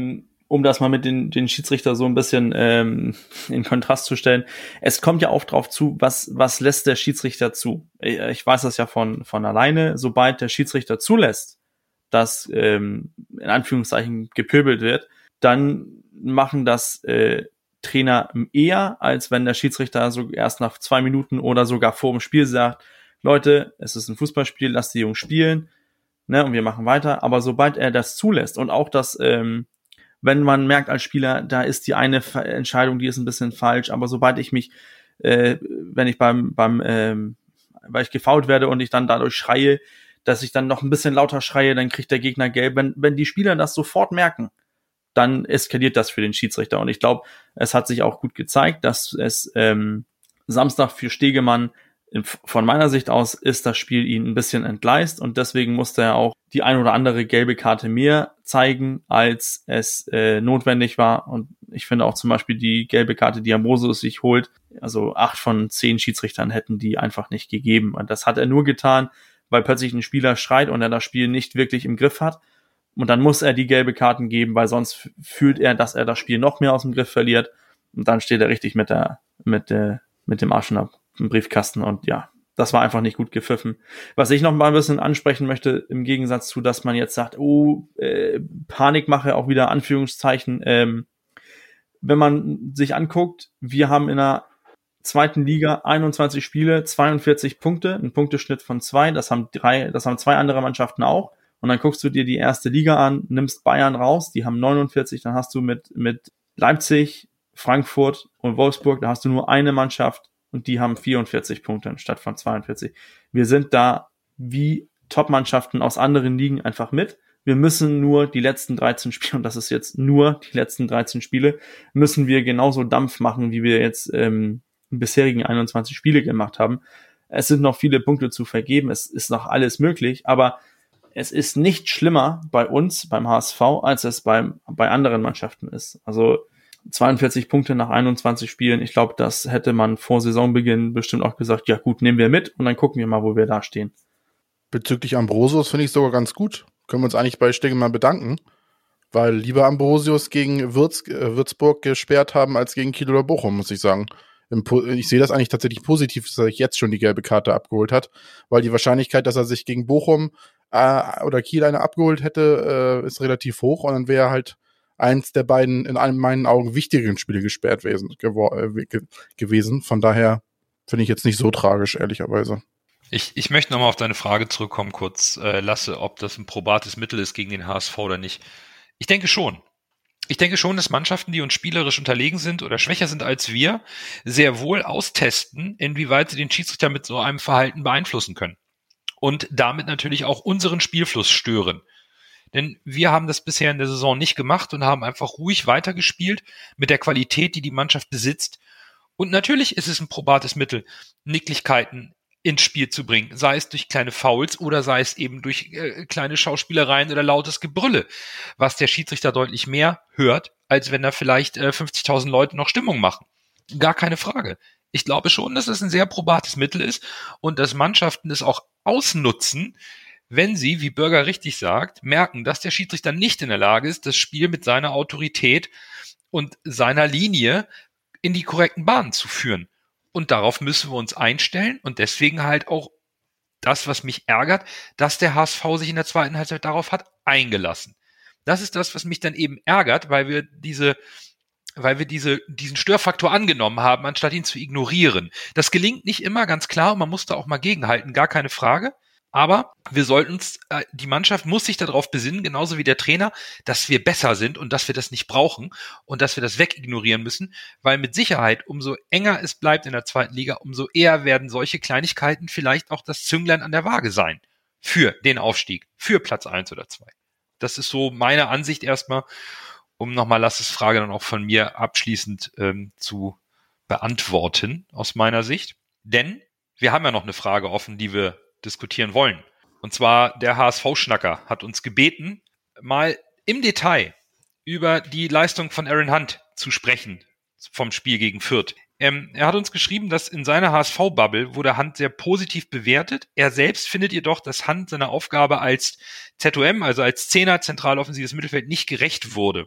um das mal mit den, den Schiedsrichter so ein bisschen ähm, in Kontrast zu stellen, es kommt ja auch drauf zu, was, was lässt der Schiedsrichter zu? Ich weiß das ja von, von alleine, sobald der Schiedsrichter zulässt, dass ähm, in Anführungszeichen gepöbelt wird, dann machen das äh, Trainer eher, als wenn der Schiedsrichter so erst nach zwei Minuten oder sogar vor dem Spiel sagt, Leute, es ist ein Fußballspiel, lasst die Jungs spielen, ne, und wir machen weiter. Aber sobald er das zulässt und auch das, ähm, wenn man merkt als Spieler, da ist die eine Entscheidung, die ist ein bisschen falsch, aber sobald ich mich, äh, wenn ich beim, beim, ähm, weil ich gefoult werde und ich dann dadurch schreie, dass ich dann noch ein bisschen lauter schreie, dann kriegt der Gegner gelb. Wenn, wenn die Spieler das sofort merken, dann eskaliert das für den Schiedsrichter. Und ich glaube, es hat sich auch gut gezeigt, dass es ähm, Samstag für Stegemann von meiner Sicht aus ist das Spiel ihn ein bisschen entgleist und deswegen musste er auch die ein oder andere gelbe Karte mehr zeigen, als es äh, notwendig war. Und ich finde auch zum Beispiel die gelbe Karte, die Ambrosius sich holt, also acht von zehn Schiedsrichtern hätten die einfach nicht gegeben. Und das hat er nur getan, weil plötzlich ein Spieler schreit und er das Spiel nicht wirklich im Griff hat. Und dann muss er die gelbe Karten geben, weil sonst fühlt er, dass er das Spiel noch mehr aus dem Griff verliert. Und dann steht er richtig mit der, mit der, mit dem Arsch ab im Briefkasten und ja, das war einfach nicht gut gepfiffen. Was ich noch mal ein bisschen ansprechen möchte, im Gegensatz zu, dass man jetzt sagt, oh, äh, Panikmache, auch wieder Anführungszeichen, ähm, wenn man sich anguckt, wir haben in der zweiten Liga einundzwanzig Spiele, zweiundvierzig Punkte, ein Punkteschnitt von zwei, das haben drei, das haben zwei andere Mannschaften auch. Und dann guckst du dir die erste Liga an, nimmst Bayern raus, die haben neunundvierzig, dann hast du mit, mit Leipzig, Frankfurt und Wolfsburg, da hast du nur eine Mannschaft, und die haben vierundvierzig Punkte anstatt von zweiundvierzig. Wir sind da wie Top-Mannschaften aus anderen Ligen einfach mit. Wir müssen nur die letzten dreizehn Spiele, und das ist jetzt nur die letzten dreizehn Spiele, müssen wir genauso Dampf machen, wie wir jetzt ähm, in bisherigen einundzwanzig Spiele gemacht haben. Es sind noch viele Punkte zu vergeben, es ist noch alles möglich, aber es ist nicht schlimmer bei uns, beim H S V, als es beim, bei anderen Mannschaften ist. Also zweiundvierzig Punkte nach einundzwanzig Spielen. Ich glaube, das hätte man vor Saisonbeginn bestimmt auch gesagt, ja gut, nehmen wir mit und dann gucken wir mal, wo wir da stehen. Bezüglich Ambrosius finde ich sogar ganz gut. Können wir uns eigentlich bei Stegemann bedanken, weil lieber Ambrosius gegen Würz, äh, Würzburg gesperrt haben als gegen Kiel oder Bochum, muss ich sagen. Im po- ich sehe das eigentlich tatsächlich positiv, dass er sich jetzt schon die gelbe Karte abgeholt hat, weil die Wahrscheinlichkeit, dass er sich gegen Bochum äh, oder Kiel eine abgeholt hätte, äh, ist relativ hoch und dann wäre er halt eins der beiden in meinen Augen wichtigen Spiele gesperrt gewesen, äh, ge- gewesen. Von daher finde ich jetzt nicht so tragisch, ehrlicherweise. Ich, ich möchte nochmal auf deine Frage zurückkommen, kurz, äh, Lasse, ob das ein probates Mittel ist gegen den H S V oder nicht. Ich denke schon. Ich denke schon, dass Mannschaften, die uns spielerisch unterlegen sind oder schwächer sind als wir, sehr wohl austesten, inwieweit sie den Schiedsrichter mit so einem Verhalten beeinflussen können. Und damit natürlich auch unseren Spielfluss stören. Denn wir haben das bisher in der Saison nicht gemacht und haben einfach ruhig weitergespielt mit der Qualität, die die Mannschaft besitzt. Und natürlich ist es ein probates Mittel, Nicklichkeiten ins Spiel zu bringen, sei es durch kleine Fouls oder sei es eben durch äh, kleine Schauspielereien oder lautes Gebrülle, was der Schiedsrichter deutlich mehr hört, als wenn da vielleicht äh, fünfzigtausend Leute noch Stimmung machen. Gar keine Frage. Ich glaube schon, dass es ein sehr probates Mittel ist und dass Mannschaften es auch ausnutzen, wenn sie, wie Bürger richtig sagt, merken, dass der Schiedsrichter nicht in der Lage ist, das Spiel mit seiner Autorität und seiner Linie in die korrekten Bahnen zu führen. Und darauf müssen wir uns einstellen und deswegen halt auch das, was mich ärgert, dass der H S V sich in der zweiten Halbzeit darauf hat eingelassen. Das ist das, was mich dann eben ärgert, weil wir diese, weil wir diese, diesen Störfaktor angenommen haben, anstatt ihn zu ignorieren. Das gelingt nicht immer, ganz klar, und man muss da auch mal gegenhalten, gar keine Frage. Aber wir sollten uns, äh, die Mannschaft muss sich darauf besinnen, genauso wie der Trainer, dass wir besser sind und dass wir das nicht brauchen und dass wir das wegignorieren müssen, weil mit Sicherheit, umso enger es bleibt in der zweiten Liga, umso eher werden solche Kleinigkeiten vielleicht auch das Zünglein an der Waage sein für den Aufstieg, für Platz eins oder zwei. Das ist so meine Ansicht erstmal, um nochmal Lasses Frage dann auch von mir abschließend ähm, zu beantworten aus meiner Sicht. Denn wir haben ja noch eine Frage offen, die wir diskutieren wollen. Und zwar der H S V-Schnacker hat uns gebeten, mal im Detail über die Leistung von Aaron Hunt zu sprechen vom Spiel gegen Fürth. Ähm, er hat uns geschrieben, dass in seiner H S V-Bubble wurde Hunt sehr positiv bewertet. Er selbst findet jedoch, dass Hunt seiner Aufgabe als Z O M, also als Zehner, zentral offensives Mittelfeld, nicht gerecht wurde.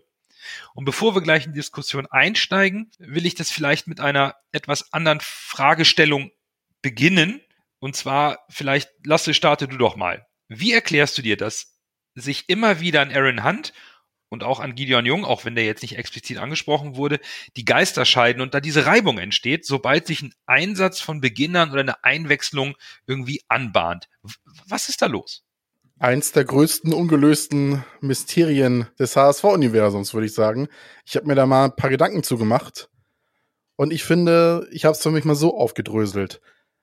Und bevor wir gleich in die Diskussion einsteigen, will ich das vielleicht mit einer etwas anderen Fragestellung beginnen. Und zwar, vielleicht, Lasse, starte du doch mal. Wie erklärst du dir, dass sich immer wieder an Aaron Hunt und auch an Gideon Jung, auch wenn der jetzt nicht explizit angesprochen wurde, die Geister scheiden und da diese Reibung entsteht, sobald sich ein Einsatz von Beginnern oder eine Einwechslung irgendwie anbahnt? Was ist da los? Eins der größten ungelösten Mysterien des H S V-Universums, würde ich sagen. Ich habe mir da mal ein paar Gedanken zugemacht. Und ich finde, ich habe es für mich mal so aufgedröselt.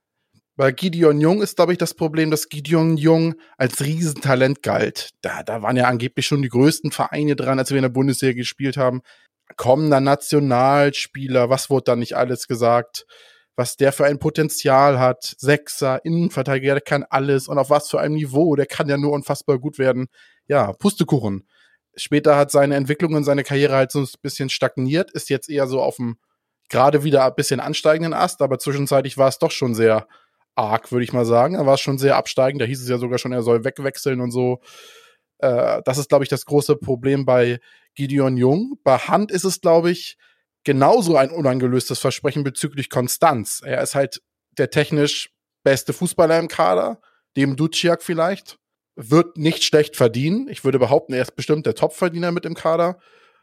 Bei Gideon Jung ist, glaube ich, das Problem, dass Gideon Jung als Riesentalent galt. Da, da waren ja angeblich schon die größten Vereine dran, als wir in der Bundesliga gespielt haben. Kommender Nationalspieler, was wurde da nicht alles gesagt? Was der für ein Potenzial hat. Sechser, Innenverteidiger, der kann alles. Und auf was für einem Niveau, der kann ja nur unfassbar gut werden. Ja, Pustekuchen. Später hat seine Entwicklung und seine Karriere halt so ein bisschen stagniert, ist jetzt eher so auf dem gerade wieder ein bisschen ansteigenden Ast, aber zwischenzeitlich war es doch schon sehr arg, würde ich mal sagen. Da war es schon sehr absteigend. Da hieß es ja sogar schon, er soll wegwechseln und so. Äh, das ist, glaube ich, das große Problem bei Gideon Jung. Bei Hunt ist es, glaube ich, genauso ein unangelöstes Versprechen bezüglich Konstanz. Er ist halt der technisch beste Fußballer im Kader, dem Duciak vielleicht. Wird nicht schlecht verdienen. Ich würde behaupten, er ist bestimmt der Topverdiener mit im Kader.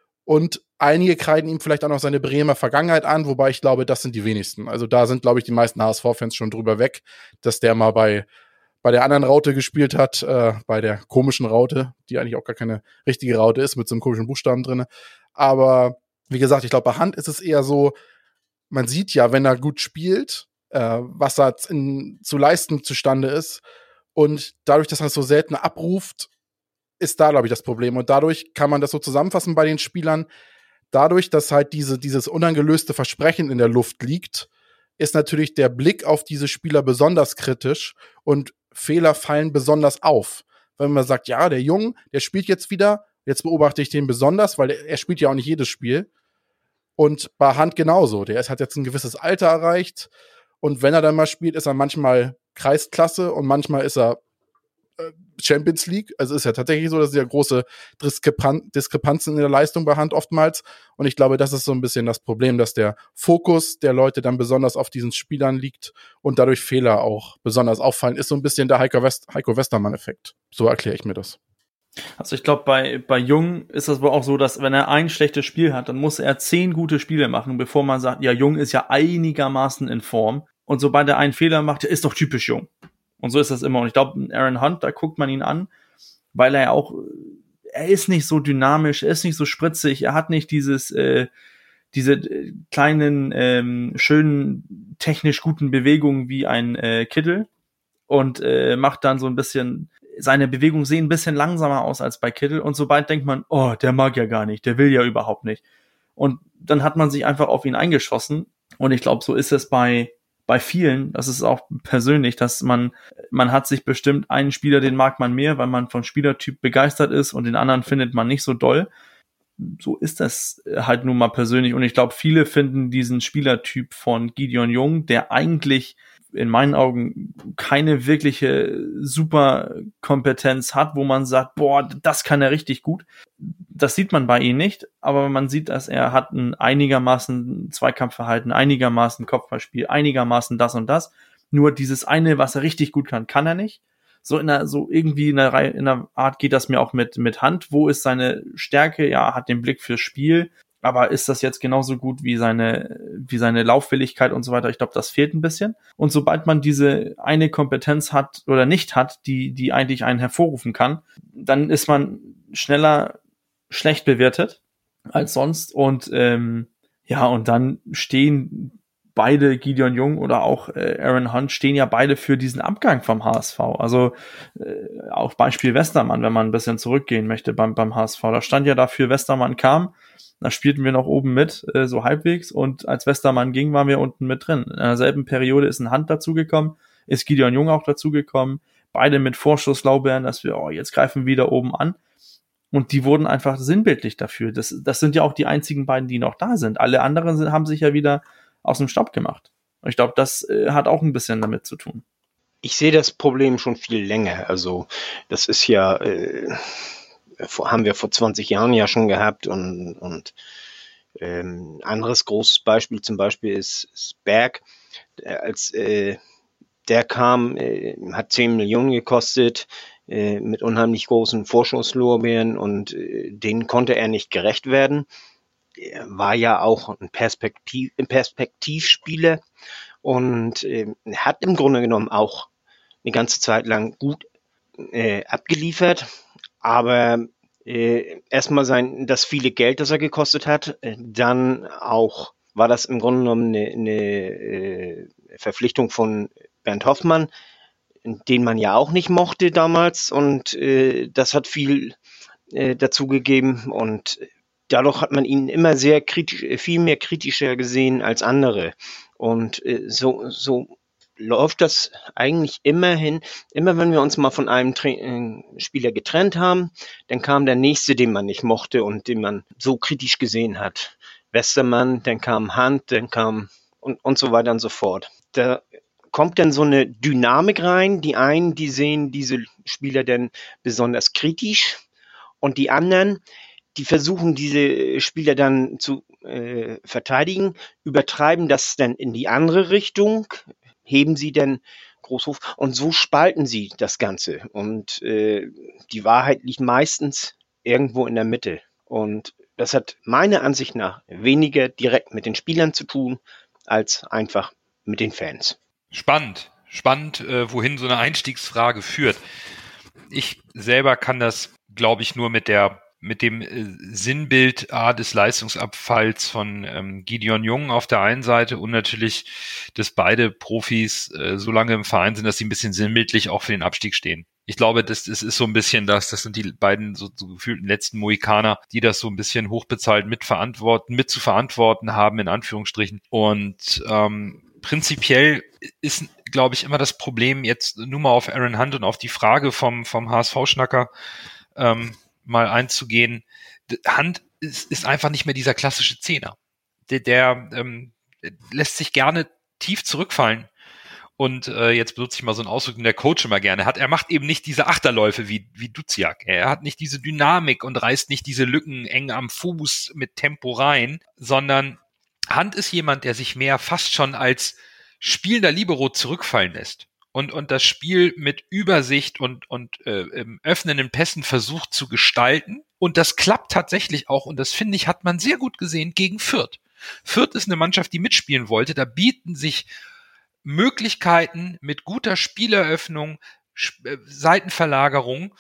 Und einige kreiden ihm vielleicht auch noch seine Bremer Vergangenheit an, wobei ich glaube, das sind die wenigsten. Also da sind, glaube ich, die meisten H S V-Fans schon drüber weg, dass der mal bei, bei der anderen Raute gespielt hat, äh, bei der komischen Raute, die eigentlich auch gar keine richtige Raute ist, mit so einem komischen Buchstaben drin. Aber wie gesagt, ich glaube, bei Hunt ist es eher so, man sieht ja, wenn er gut spielt, äh, was da in, zu leisten zustande ist. Und dadurch, dass er es so selten abruft, ist da, glaube ich, das Problem. Und dadurch kann man das so zusammenfassen bei den Spielern. Dadurch, dass halt diese, dieses unangelöste Versprechen in der Luft liegt, ist natürlich der Blick auf diese Spieler besonders kritisch und Fehler fallen besonders auf. Wenn man sagt, ja, der Jung, der spielt jetzt wieder, jetzt beobachte ich den besonders, weil er, er spielt ja auch nicht jedes Spiel. Und bei Hunt genauso. Der ist, hat jetzt ein gewisses Alter erreicht. Und wenn er dann mal spielt, ist er manchmal Kreisklasse und manchmal ist er Champions League. Also ist ja tatsächlich so, dass es ja große Diskrepan- Diskrepanzen in der Leistung bei Hand oftmals. Und ich glaube, das ist so ein bisschen das Problem, dass der Fokus der Leute dann besonders auf diesen Spielern liegt und dadurch Fehler auch besonders auffallen. Ist so ein bisschen der Heiko, West- Heiko Westermann-Effekt. So erkläre ich mir das. Also ich glaube, bei, bei Jung ist das wohl auch so, dass wenn er ein schlechtes Spiel hat, dann muss er zehn gute Spiele machen, bevor man sagt, ja, Jung ist ja einigermaßen in Form. Und sobald er einen Fehler macht, ist doch typisch Jung. Und so ist das immer. Und ich glaube, Aaron Hunt, da guckt man ihn an, weil er ja auch, er ist nicht so dynamisch, er ist nicht so spritzig, er hat nicht dieses, äh, diese kleinen, ähm, schönen, technisch guten Bewegungen wie ein äh, Kittel und äh, macht dann so ein bisschen, seine Bewegungen sehen ein bisschen langsamer aus als bei Kittel. Und sobald denkt man, oh, der mag ja gar nicht, der will ja überhaupt nicht. Und dann hat man sich einfach auf ihn eingeschossen. Und ich glaube, so ist es bei Bei vielen, das ist auch persönlich, dass man, man hat sich bestimmt einen Spieler, den mag man mehr, weil man von Spielertyp begeistert ist und den anderen findet man nicht so doll. So ist das halt nun mal persönlich und ich glaube, viele finden diesen Spielertyp von Gideon Jung, der eigentlich in meinen Augen keine wirkliche Superkompetenz hat, wo man sagt, boah, das kann er richtig gut. Das sieht man bei ihm nicht, aber man sieht, dass er hat ein einigermaßen Zweikampfverhalten, einigermaßen Kopfballspiel, einigermaßen das und das. Nur dieses eine, was er richtig gut kann, kann er nicht. So in einer, so irgendwie in einer Reihe, in einer Art geht das mir auch mit, mit Hand. Wo ist seine Stärke? Ja, hat den Blick fürs Spiel. Aber ist das jetzt genauso gut wie seine, wie seine Laufwilligkeit und so weiter? Ich glaube, das fehlt ein bisschen. Und sobald man diese eine Kompetenz hat oder nicht hat, die, die eigentlich einen hervorrufen kann, dann ist man schneller schlecht bewertet als sonst. Und, ähm, ja, und dann stehen beide, Gideon Jung oder auch äh, Aaron Hunt, stehen ja beide für diesen Abgang vom H S V. Also äh, auch Beispiel Westermann, wenn man ein bisschen zurückgehen möchte beim, beim H S V. Da stand ja dafür, Westermann kam, da spielten wir noch oben mit, äh, so halbwegs. Und als Westermann ging, waren wir unten mit drin. In derselben Periode ist ein Hunt dazugekommen, ist Gideon Jung auch dazugekommen. Beide mit Vorschusslaubeeren, dass wir, oh, jetzt greifen wir wieder oben an. Und die wurden einfach sinnbildlich dafür. Das, das sind ja auch die einzigen beiden, die noch da sind. Alle anderen sind, haben sich ja wieder aus dem Staub gemacht. Und ich glaube, das äh, hat auch ein bisschen damit zu tun. Ich sehe das Problem schon viel länger. Also das ist ja, äh, haben wir vor zwanzig Jahren ja schon gehabt und, und ähm, anderes großes Beispiel zum Beispiel ist, ist Berg. Der, als äh, der kam, äh, hat zehn Millionen gekostet, äh, mit unheimlich großen Vorschusslorbeeren und äh, denen konnte er nicht gerecht werden. Er war ja auch ein, Perspektiv, ein Perspektivspieler und äh, hat im Grunde genommen auch eine ganze Zeit lang gut äh, abgeliefert, aber äh, erstmal sein das viele Geld, das er gekostet hat, äh, dann auch war das im Grunde genommen eine, eine äh, Verpflichtung von Bernd Hoffmann, den man ja auch nicht mochte damals und äh, das hat viel äh, dazu gegeben und dadurch hat man ihn immer sehr kritisch, viel mehr kritischer gesehen als andere und äh, so, so läuft das eigentlich immerhin, immer wenn wir uns mal von einem Tra- äh, Spieler getrennt haben, dann kam der nächste, den man nicht mochte und den man so kritisch gesehen hat. Westermann, dann kam Hunt, dann kam und, und so weiter und so fort. Da kommt dann so eine Dynamik rein. Die einen, die sehen diese Spieler dann besonders kritisch und die anderen, die versuchen diese Spieler dann zu äh, verteidigen, übertreiben das dann in die andere Richtung, heben sie dann groß hoch und so spalten sie das Ganze. Und äh, die Wahrheit liegt meistens irgendwo in der Mitte. Und das hat meiner Ansicht nach weniger direkt mit den Spielern zu tun, als einfach mit den Fans. Spannend, spannend, äh, wohin so eine Einstiegsfrage führt. Ich selber kann das, glaube ich, nur mit der mit dem äh, Sinnbild A des Leistungsabfalls von ähm, Gideon Jung auf der einen Seite und natürlich, dass beide Profis äh, so lange im Verein sind, dass sie ein bisschen sinnbildlich auch für den Abstieg stehen. Ich glaube, das, das ist so ein bisschen das, das sind die beiden so, so gefühlten letzten Mohikaner, die das so ein bisschen hochbezahlt mitverantworten, mit zu verantworten haben, in Anführungsstrichen. Und ähm, prinzipiell ist, glaube ich, immer das Problem, jetzt nur mal auf Aaron Hunt und auf die Frage vom, vom H S V-Schnacker ähm, mal einzugehen. Hunt ist, ist einfach nicht mehr dieser klassische Zehner. Der, der ähm, lässt sich gerne tief zurückfallen. Und äh, jetzt benutze ich mal so einen Ausdruck, den der Coach immer gerne hat. Er macht eben nicht diese Achterläufe wie, wie Duziak. Er hat nicht diese Dynamik und reißt nicht diese Lücken eng am Fuß mit Tempo rein, sondern Hunt ist jemand, der sich mehr fast schon als spielender Libero zurückfallen lässt. Und, und das Spiel mit Übersicht und, und äh, öffnenden Pässen versucht zu gestalten. Und das klappt tatsächlich auch. Und das, finde ich, hat man sehr gut gesehen gegen Fürth. Fürth ist eine Mannschaft, die mitspielen wollte. Da bieten sich Möglichkeiten mit guter Spieleröffnung, äh, Seitenverlagerung,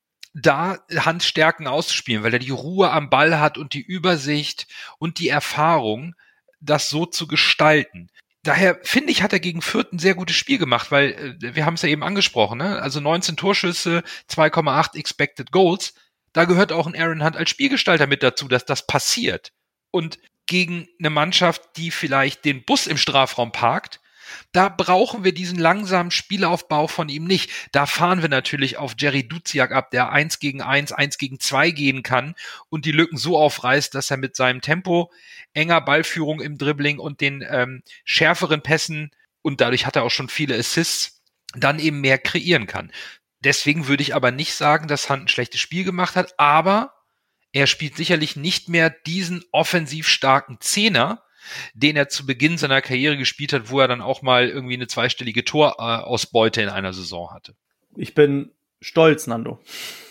da Handstärken auszuspielen, weil er die Ruhe am Ball hat und die Übersicht und die Erfahrung, das so zu gestalten. Daher, finde ich, hat er gegen Fürth ein sehr gutes Spiel gemacht, weil äh, wir haben es ja eben angesprochen, ne? Also neunzehn Torschüsse, zwei Komma acht Expected Goals, da gehört auch ein Aaron Hunt als Spielgestalter mit dazu, dass das passiert. Und gegen eine Mannschaft, die vielleicht den Bus im Strafraum parkt, da brauchen wir diesen langsamen Spielaufbau von ihm nicht. Da fahren wir natürlich auf Jerry Duziak ab, der eins gegen eins, eins gegen zwei gehen kann und die Lücken so aufreißt, dass er mit seinem Tempo, enger Ballführung im Dribbling und den ähm, schärferen Pässen, und dadurch hat er auch schon viele Assists, dann eben mehr kreieren kann. Deswegen würde ich aber nicht sagen, dass Hunt ein schlechtes Spiel gemacht hat, aber er spielt sicherlich nicht mehr diesen offensiv starken Zehner, den er zu Beginn seiner Karriere gespielt hat, wo er dann auch mal irgendwie eine zweistellige Torausbeute in einer Saison hatte. Ich bin stolz, Nando,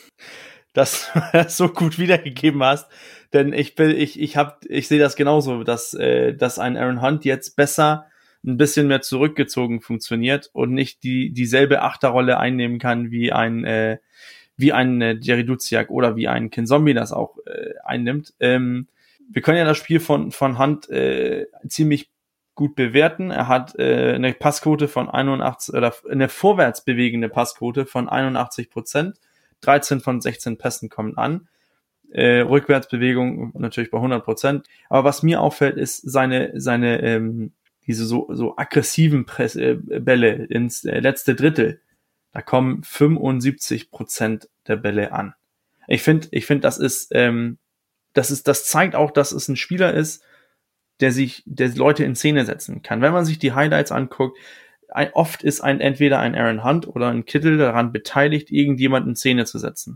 dass du das so gut wiedergegeben hast, denn ich bin, ich, ich hab, ich sehe das genauso, dass, äh, dass ein Aaron Hunt jetzt besser ein bisschen mehr zurückgezogen funktioniert und nicht die, dieselbe Achterrolle einnehmen kann wie ein, äh, wie ein äh, Jerry Duziak oder wie ein Kinzombie das auch äh, einnimmt. Ähm, Wir können ja das Spiel von von Hunt äh, ziemlich gut bewerten. Er hat äh, eine Passquote von einundachtzig oder eine vorwärts bewegende Passquote von einundachtzig Prozent. dreizehn von sechzehn Pässen kommen an. Äh, Rückwärtsbewegung natürlich bei hundert Prozent. Aber was mir auffällt, ist seine seine ähm, diese so so aggressiven Press, äh, Bälle ins äh, letzte Drittel. Da kommen fünfundsiebzig Prozent der Bälle an. Ich finde, ich finde, das ist ähm, Das ist, das zeigt auch, dass es ein Spieler ist, der sich, der Leute in Szene setzen kann. Wenn man sich die Highlights anguckt, ein, oft ist ein, entweder ein Aaron Hunt oder ein Kittel daran beteiligt, irgendjemanden in Szene zu setzen.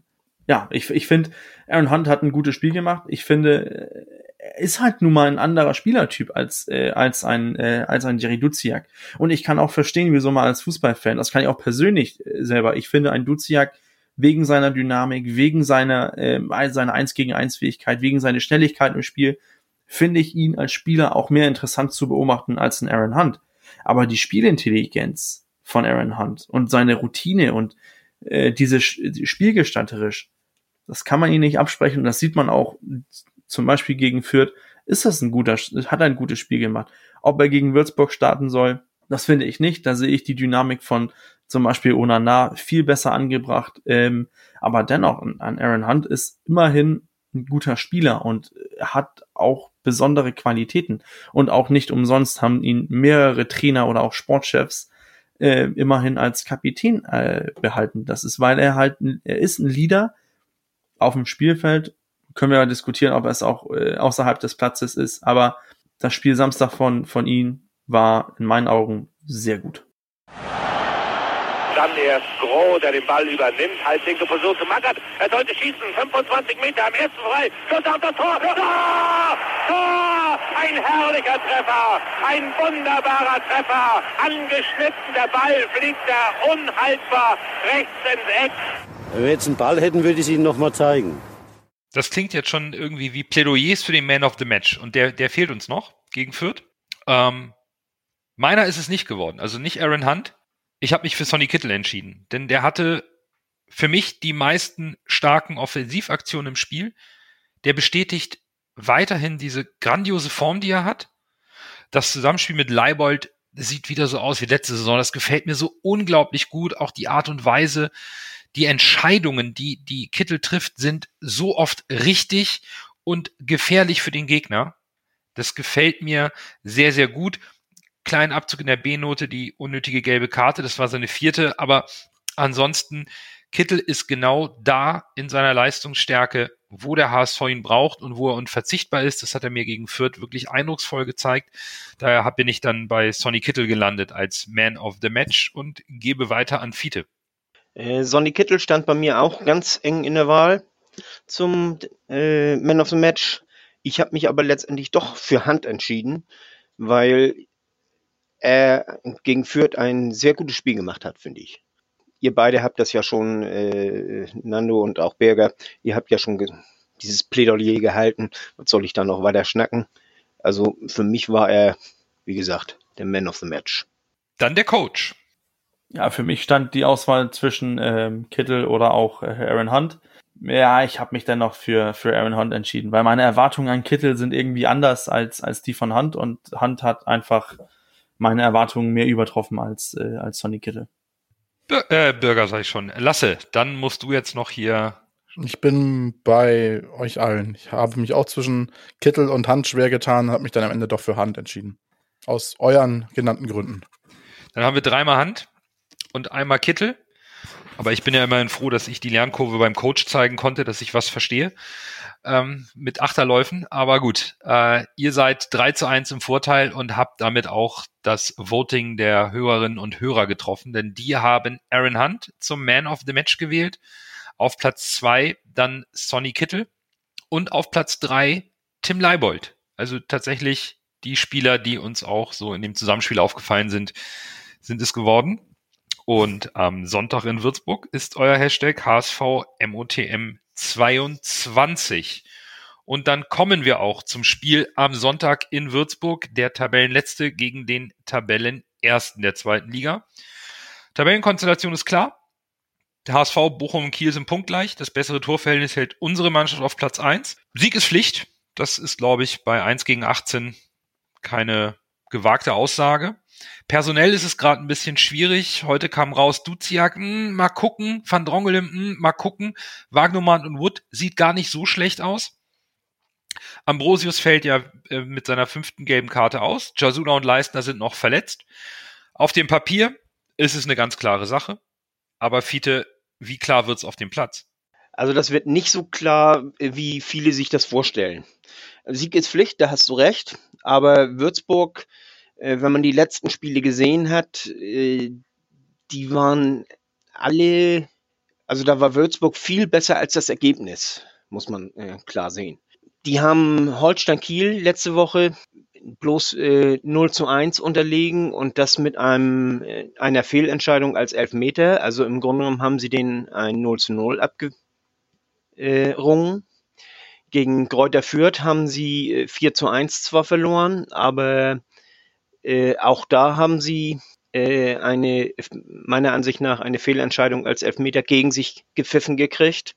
ja, ich, ich finde, Aaron Hunt hat ein gutes Spiel gemacht. Ich finde, er ist halt nun mal ein anderer Spielertyp als äh, als ein äh, als ein Jerry Duziak. Und ich kann auch verstehen, wieso mal als Fußballfan, das kann ich auch persönlich äh, selber. Ich finde, ein Duziak wegen seiner Dynamik, wegen seiner äh, seiner eins gegen eins Fähigkeit, wegen seiner Schnelligkeit im Spiel, finde ich ihn als Spieler auch mehr interessant zu beobachten als ein Aaron Hunt. Aber die Spielintelligenz von Aaron Hunt und seine Routine und äh, diese Sch- spielgestalterisch, das kann man ihm nicht absprechen. Und das sieht man auch zum Beispiel gegen Fürth. Ist das ein guter, hat er ein gutes Spiel gemacht? Ob er gegen Würzburg starten soll, das finde ich nicht. Da sehe ich die Dynamik von zum Beispiel Onana viel besser angebracht. Ähm, aber dennoch, an Aaron Hunt ist immerhin ein guter Spieler und hat auch besondere Qualitäten. Und auch nicht umsonst haben ihn mehrere Trainer oder auch Sportchefs äh, immerhin als Kapitän äh, behalten. Das ist, weil er halt, er ist ein Leader auf dem Spielfeld. Können wir ja diskutieren, ob er es auch äh, außerhalb des Platzes ist. Aber das Spiel Samstag von, von ihm war in meinen Augen sehr gut. Dann erst Groh, der den Ball übernimmt, halblinke Position zu Magath. Er sollte schießen, fünfundzwanzig Meter am ersten frei. Schuss auf das Tor. Tor! Tor! Ein herrlicher Treffer, ein wunderbarer Treffer. Angeschnitten, der Ball fliegt da unhaltbar rechts ins Eck. Wenn wir jetzt einen Ball hätten, würde ich es Ihnen nochmal zeigen. Das klingt jetzt schon irgendwie wie Plädoyers für den Man of the Match. Und der, der fehlt uns noch gegen Fürth. Ähm, meiner ist es nicht geworden. Also nicht Aaron Hunt. Ich habe mich für Sonny Kittel entschieden. Denn der hatte für mich die meisten starken Offensivaktionen im Spiel. Der bestätigt weiterhin diese grandiose Form, die er hat. Das Zusammenspiel mit Leibold sieht wieder so aus wie letzte Saison. Das gefällt mir so unglaublich gut. Auch die Art und Weise, die Entscheidungen, die die Kittel trifft, sind so oft richtig und gefährlich für den Gegner. Das gefällt mir sehr, sehr gut. Kleinen Abzug in der B-Note, die unnötige gelbe Karte, das war seine vierte, aber ansonsten, Kittel ist genau da in seiner Leistungsstärke, wo der H S V ihn braucht und wo er unverzichtbar ist. Das hat er mir gegen Fürth wirklich eindrucksvoll gezeigt. Daher bin ich dann bei Sonny Kittel gelandet als Man of the Match und gebe weiter an Fiete. Äh, Sonny Kittel stand bei mir auch ganz eng in der Wahl zum äh, Man of the Match. Ich habe mich aber letztendlich doch für Hunt entschieden, weil er gegen Fürth ein sehr gutes Spiel gemacht hat, finde ich. Ihr beide habt das ja schon, äh, Nando und auch Berger, ihr habt ja schon ge- dieses Plädoyer gehalten. Was soll ich da noch weiter schnacken? Also für mich war er, wie gesagt, der Man of the Match. Dann der Coach. Ja, für mich stand die Auswahl zwischen ähm, Kittel oder auch äh, Aaron Hunt. Ja, ich habe mich dann noch für für Aaron Hunt entschieden, weil meine Erwartungen an Kittel sind irgendwie anders als als die von Hunt und Hunt hat einfach meine Erwartungen mehr übertroffen als äh, als Sonny Kittel. Bir- äh, Bürger, sag ich schon. Lasse, dann musst du jetzt noch hier. Ich bin bei euch allen. Ich habe mich auch zwischen Kittel und Hunt schwer getan, habe mich dann am Ende doch für Hunt entschieden. Aus euren genannten Gründen. Dann haben wir dreimal Hand und einmal Kittel. Aber ich bin ja immerhin froh, dass ich die Lernkurve beim Coach zeigen konnte, dass ich was verstehe ähm, mit Achterläufen. Aber gut, äh, ihr seid drei zu eins im Vorteil und habt damit auch das Voting der Hörerinnen und Hörer getroffen, denn die haben Aaron Hunt zum Man of the Match gewählt. Auf Platz zwei dann Sonny Kittel und auf Platz drei Tim Leibold. Also tatsächlich die Spieler, die uns auch so in dem Zusammenspiel aufgefallen sind, sind es geworden. Und am Sonntag in Würzburg ist euer Hashtag H S V M O T M zweiundzwanzig. Und dann kommen wir auch zum Spiel am Sonntag in Würzburg, der Tabellenletzte gegen den Tabellenersten der zweiten Liga. Tabellenkonstellation ist klar. Der H S V, Bochum und Kiel sind punktgleich. Das bessere Torverhältnis hält unsere Mannschaft auf Platz eins. Sieg ist Pflicht. Das ist, glaube ich, bei eins gegen achtzehn keine gewagte Aussage. Personell ist es gerade ein bisschen schwierig. Heute kam raus, Duziak, mh, mal gucken. Van Drongelen, mh, mal gucken. Wagnumann und Wood sieht gar nicht so schlecht aus. Ambrosius fällt ja äh, mit seiner fünften gelben Karte aus. Jasula und Leistner sind noch verletzt. Auf dem Papier ist es eine ganz klare Sache. Aber Fiete, wie klar wird's auf dem Platz? Also das wird nicht so klar, wie viele sich das vorstellen. Sieg ist Pflicht, da hast du recht. Aber Würzburg, äh, wenn man die letzten Spiele gesehen hat, äh, die waren alle, Also da war Würzburg viel besser als das Ergebnis, muss man äh, klar sehen. Die haben Holstein Kiel letzte Woche bloß äh, null zu eins unterlegen und das mit einem äh, einer Fehlentscheidung als Elfmeter. Also im Grunde genommen haben sie denen ein null zu null abgerungen. Gegen Greuther Fürth haben sie äh, vier zu eins zwar verloren, aber äh, auch da haben sie äh, eine, meiner Ansicht nach, eine Fehlentscheidung als Elfmeter gegen sich gepfiffen gekriegt.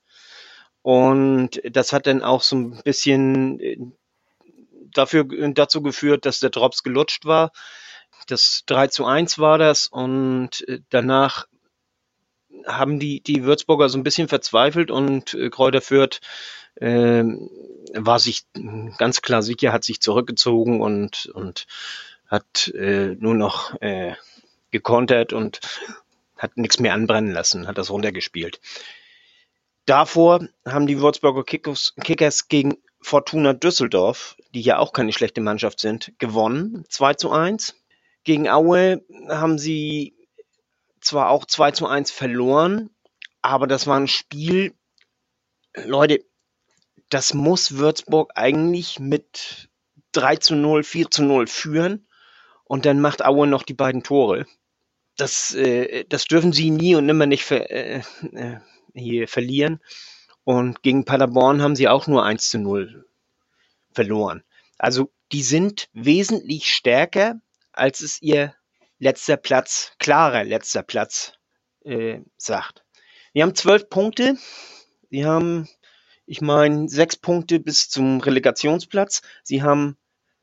Und das hat dann auch so ein bisschen äh, dafür, dazu geführt, dass der Drops gelutscht war. Das drei zu eins war das und äh, danach haben die, die Würzburger so ein bisschen verzweifelt und äh, Greuther Fürth äh, war sich ganz klar sicher, hat sich zurückgezogen und, und hat äh, nur noch äh, gekontert und hat nichts mehr anbrennen lassen, hat das runtergespielt. Davor haben die Würzburger Kickers, Kickers gegen Fortuna Düsseldorf, die ja auch keine schlechte Mannschaft sind, gewonnen, zwei zu eins. Gegen Aue haben sie zwar auch zwei zu eins verloren, aber das war ein Spiel, Leute, das muss Würzburg eigentlich mit drei zu null, vier zu null führen und dann macht Aue noch die beiden Tore. Das, äh, das dürfen sie nie und nimmer nicht ver, äh, äh, hier verlieren. Und gegen Paderborn haben sie auch nur eins zu null verloren. Also die sind wesentlich stärker, als es ihr letzter Platz, klarer letzter Platz äh, sagt. Wir haben zwölf Punkte. Wir haben, ich meine, sechs Punkte bis zum Relegationsplatz. Sie haben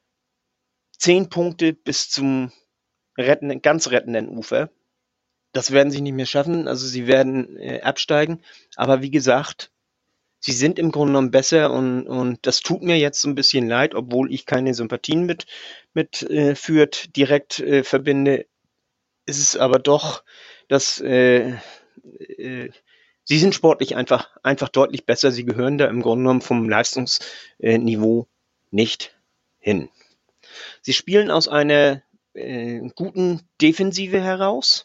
zehn Punkte bis zum rettenden, ganz rettenden Ufer. Das werden sie nicht mehr schaffen. Also sie werden äh, absteigen. Aber wie gesagt, sie sind im Grunde genommen besser und, und das tut mir jetzt so ein bisschen leid, obwohl ich keine Sympathien mit, mit äh, Fürth direkt äh, verbinde. Ist es aber doch, dass äh, äh, sie sind sportlich einfach, einfach deutlich besser. Sie gehören da im Grunde genommen vom Leistungsniveau nicht hin. Sie spielen aus einer äh, guten Defensive heraus.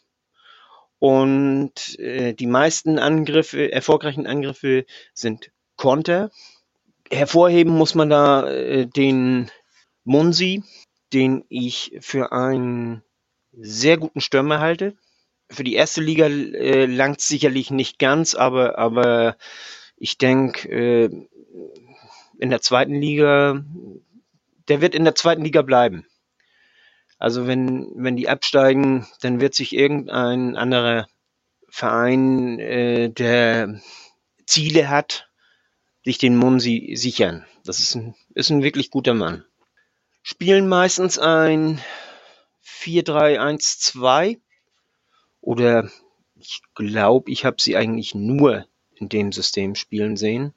Und äh, die meisten Angriffe, erfolgreichen Angriffe sind Konter. Hervorheben muss man da äh, den Munsi, den ich für einen sehr guten Stürmer halte. Für die erste Liga äh, langt es sicherlich nicht ganz, aber, aber ich denke, äh, in der zweiten Liga, der wird in der zweiten Liga bleiben. Also wenn, wenn die absteigen, dann wird sich irgendein anderer Verein, äh, der Ziele hat, sich den Munsi sichern. Das ist ein, ist ein wirklich guter Mann. Spielen meistens ein vier drei eins zwei oder ich glaube, ich habe sie eigentlich nur in dem System spielen sehen.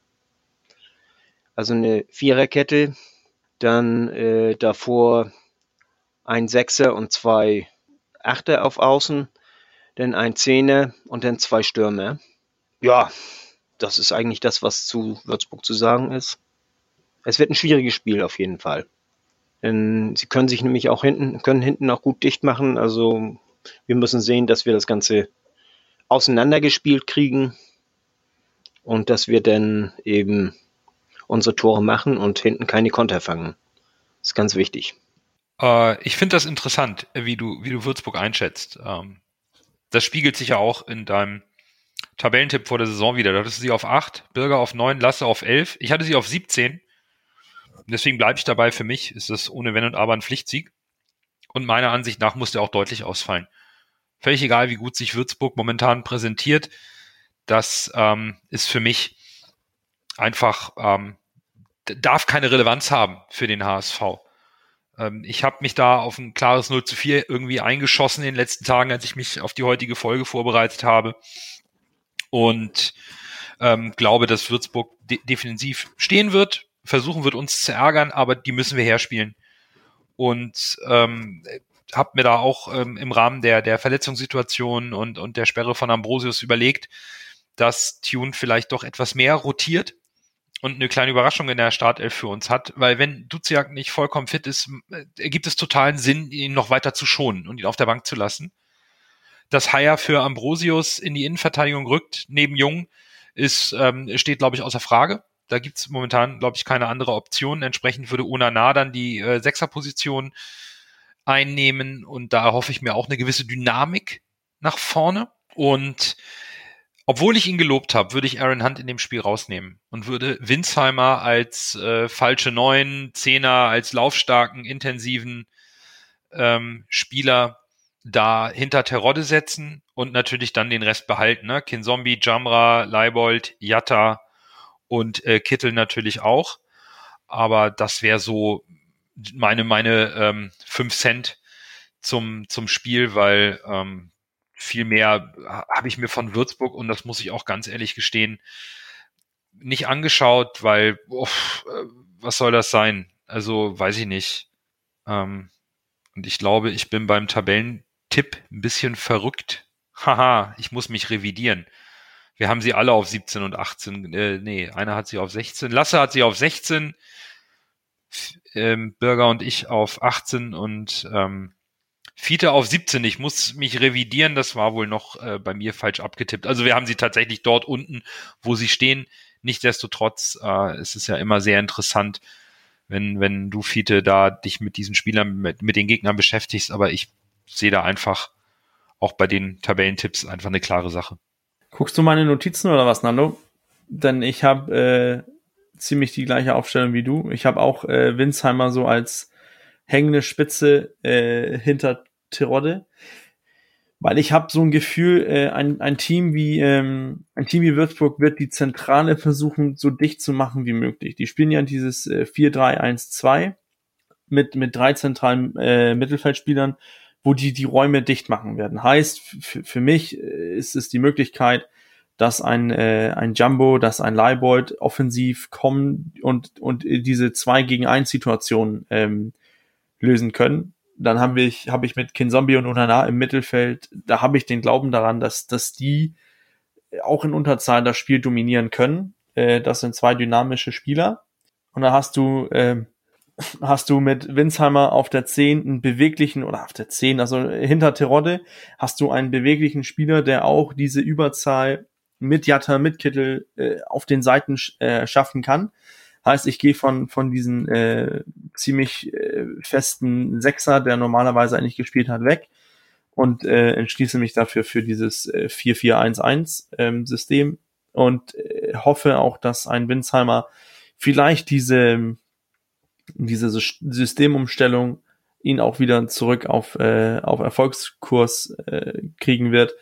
Also eine Viererkette, dann äh, davor ein Sechser und zwei Achter auf Außen, dann ein Zehner und dann zwei Stürmer. Ja, das ist eigentlich das, was zu Würzburg zu sagen ist. Es wird ein schwieriges Spiel auf jeden Fall. Denn sie können sich nämlich auch hinten, können hinten auch gut dicht machen. Also wir müssen sehen, dass wir das Ganze auseinandergespielt kriegen und dass wir dann eben unsere Tore machen und hinten keine Konter fangen. Das ist ganz wichtig. Äh, ich finde das interessant, wie du, wie du Würzburg einschätzt. Ähm, das spiegelt sich ja auch in deinem Tabellentipp vor der Saison wieder. Da hattest du sie auf acht, Birger auf neun, Lasse auf elf. Ich hatte sie auf siebzehn. Deswegen bleibe ich dabei. Für mich ist das ohne Wenn und Aber ein Pflichtsieg. Und meiner Ansicht nach muss der auch deutlich ausfallen. Völlig egal, wie gut sich Würzburg momentan präsentiert. Das ähm, ist für mich einfach, ähm, darf keine Relevanz haben für den H S V. Ähm, ich habe mich da auf ein klares null zu vier irgendwie eingeschossen in den letzten Tagen, als ich mich auf die heutige Folge vorbereitet habe. Und ähm, glaube, dass Würzburg de- defensiv stehen wird, versuchen wird, uns zu ärgern, aber die müssen wir herspielen. Und ähm, habe mir da auch ähm, im Rahmen der der Verletzungssituation und und der Sperre von Ambrosius überlegt, dass Tune vielleicht doch etwas mehr rotiert und eine kleine Überraschung in der Startelf für uns hat, weil wenn Duziak nicht vollkommen fit ist, ergibt es totalen Sinn, ihn noch weiter zu schonen und ihn auf der Bank zu lassen. dass Haier für Ambrosius in die Innenverteidigung rückt, neben Jung, ist, ähm, steht, glaube ich, außer Frage. Da gibt's momentan, glaube ich, keine andere Option. Entsprechend würde Onana dann die äh, Sechserposition einnehmen und da hoffe ich mir auch eine gewisse Dynamik nach vorne. Und obwohl ich ihn gelobt habe, würde ich Aaron Hunt in dem Spiel rausnehmen und würde Winsheimer als äh, falsche Neun, Zehner, als laufstarken, intensiven ähm, Spieler da hinter Terodde setzen und natürlich dann den Rest behalten. Ne? Kinzombie, Jamra, Leibold, Jatta und äh, Kittel natürlich auch. Aber das wäre so meine meine ähm, fünf Cent zum zum Spiel, weil ähm, viel mehr habe ich mir von Würzburg, und das muss ich auch ganz ehrlich gestehen, nicht angeschaut, weil oh, was soll das sein? Also weiß ich nicht. Ähm, und ich glaube, ich bin beim Tabellentipp ein bisschen verrückt. Haha, ich muss mich revidieren. Wir haben sie alle auf siebzehn und achtzehn. Äh, nee, einer hat sie auf sechzehn. Lasse hat sie auf sechzehn. Ähm, Bürger und ich auf achtzehn und ähm, Fiete auf siebzehn. Ich muss mich revidieren, das war wohl noch äh, bei mir falsch abgetippt. Also wir haben sie tatsächlich dort unten, wo sie stehen. Nichtsdestotrotz äh, es ist ja immer sehr interessant, wenn wenn du, Fiete, da dich mit diesen Spielern, mit, mit den Gegnern beschäftigst. Aber ich sehe da einfach auch bei den Tabellentipps einfach eine klare Sache. Guckst du meine Notizen oder was, Nando? Denn ich habe äh, ziemlich die gleiche Aufstellung wie du. Ich habe auch äh, Winsheimer so als hängende Spitze äh, hinter Terodde, weil ich habe so ein Gefühl, äh, ein, ein Team wie ähm, ein Team wie Würzburg wird die Zentrale versuchen, so dicht zu machen wie möglich. Die spielen ja dieses äh, vier drei eins zwei mit mit drei zentralen äh, Mittelfeldspielern, wo die die Räume dicht machen werden. Heißt, f- für mich äh, ist es die Möglichkeit, dass ein äh, ein Jumbo, dass ein Leibold offensiv kommen und und diese zwei gegen eins Situationen ähm, lösen können. Dann habe ich habe ich mit Kinzombie und Onana im Mittelfeld, da habe ich den Glauben daran, dass dass die auch in Unterzahl das Spiel dominieren können. Äh, das sind zwei dynamische Spieler. Und da hast du äh, hast du mit Winsheimer auf der zehn einen beweglichen, oder auf der zehn, also hinter Terodde, hast du einen beweglichen Spieler, der auch diese Überzahl mit Jatta, mit Kittel äh, auf den Seiten äh, schaffen kann. Heißt, ich gehe von von diesen äh, ziemlich äh, festen Sechser, der normalerweise eigentlich gespielt hat, weg und äh, entschließe mich dafür für dieses äh, vier vier eins eins ähm, System und äh, hoffe auch, dass ein Winsheimer vielleicht diese diese Systemumstellung ihn auch wieder zurück auf äh, auf Erfolgskurs äh, kriegen wird.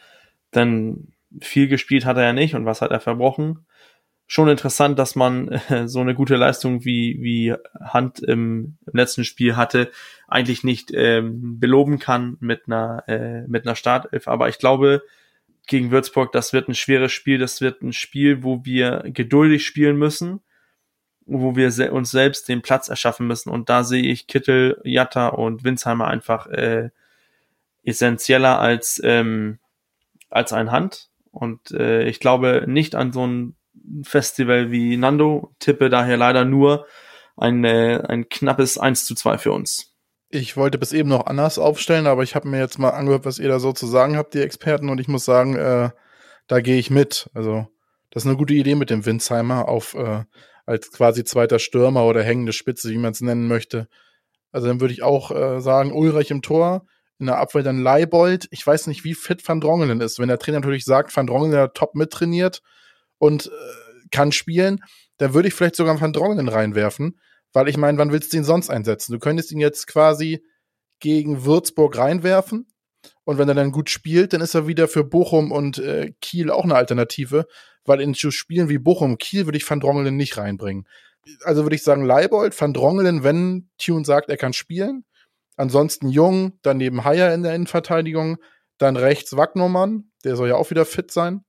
Denn viel gespielt hat er ja nicht, und was hat er verbrochen? Schon interessant, dass man äh, so eine gute Leistung wie wie Hunt im, im letzten Spiel hatte, eigentlich nicht ähm, beloben kann mit einer äh, mit einer Startelf. Aber ich glaube, gegen Würzburg, das wird ein schweres Spiel. Das wird ein Spiel, wo wir geduldig spielen müssen, wo wir se- uns selbst den Platz erschaffen müssen. Und da sehe ich Kittel, Jatta und Winsheimer einfach äh, essentieller als ähm, als ein Hunt. Und äh, ich glaube nicht an so ein Festival wie Nando, tippe daher leider nur ein, äh, ein knappes eins zu zwei für uns. Ich wollte bis eben noch anders aufstellen, aber ich habe mir jetzt mal angehört, was ihr da so zu sagen habt, die Experten, und ich muss sagen, äh, da gehe ich mit. Also das ist eine gute Idee mit dem Winsheimer auf äh, als quasi zweiter Stürmer oder hängende Spitze, wie man es nennen möchte. Also dann würde ich auch äh, sagen, Ulreich im Tor, in der Abwehr dann Leibold. Ich weiß nicht, wie fit Van Drongelen ist. Wenn der Trainer natürlich sagt, Van Drongelen hat top mittrainiert und äh, kann spielen, dann würde ich vielleicht sogar Van Drongelen reinwerfen, weil ich meine, wann willst du ihn sonst einsetzen? Du könntest ihn jetzt quasi gegen Würzburg reinwerfen, und wenn er dann gut spielt, dann ist er wieder für Bochum und äh, Kiel auch eine Alternative, weil in Spielen wie Bochum und Kiel würde ich Van Drongelen nicht reinbringen. Also würde ich sagen Leibold, Van Drongelen, wenn Thune sagt, er kann spielen. Ansonsten Jung, daneben Haier in der Innenverteidigung, dann rechts Wagnermann, der soll ja auch wieder fit sein.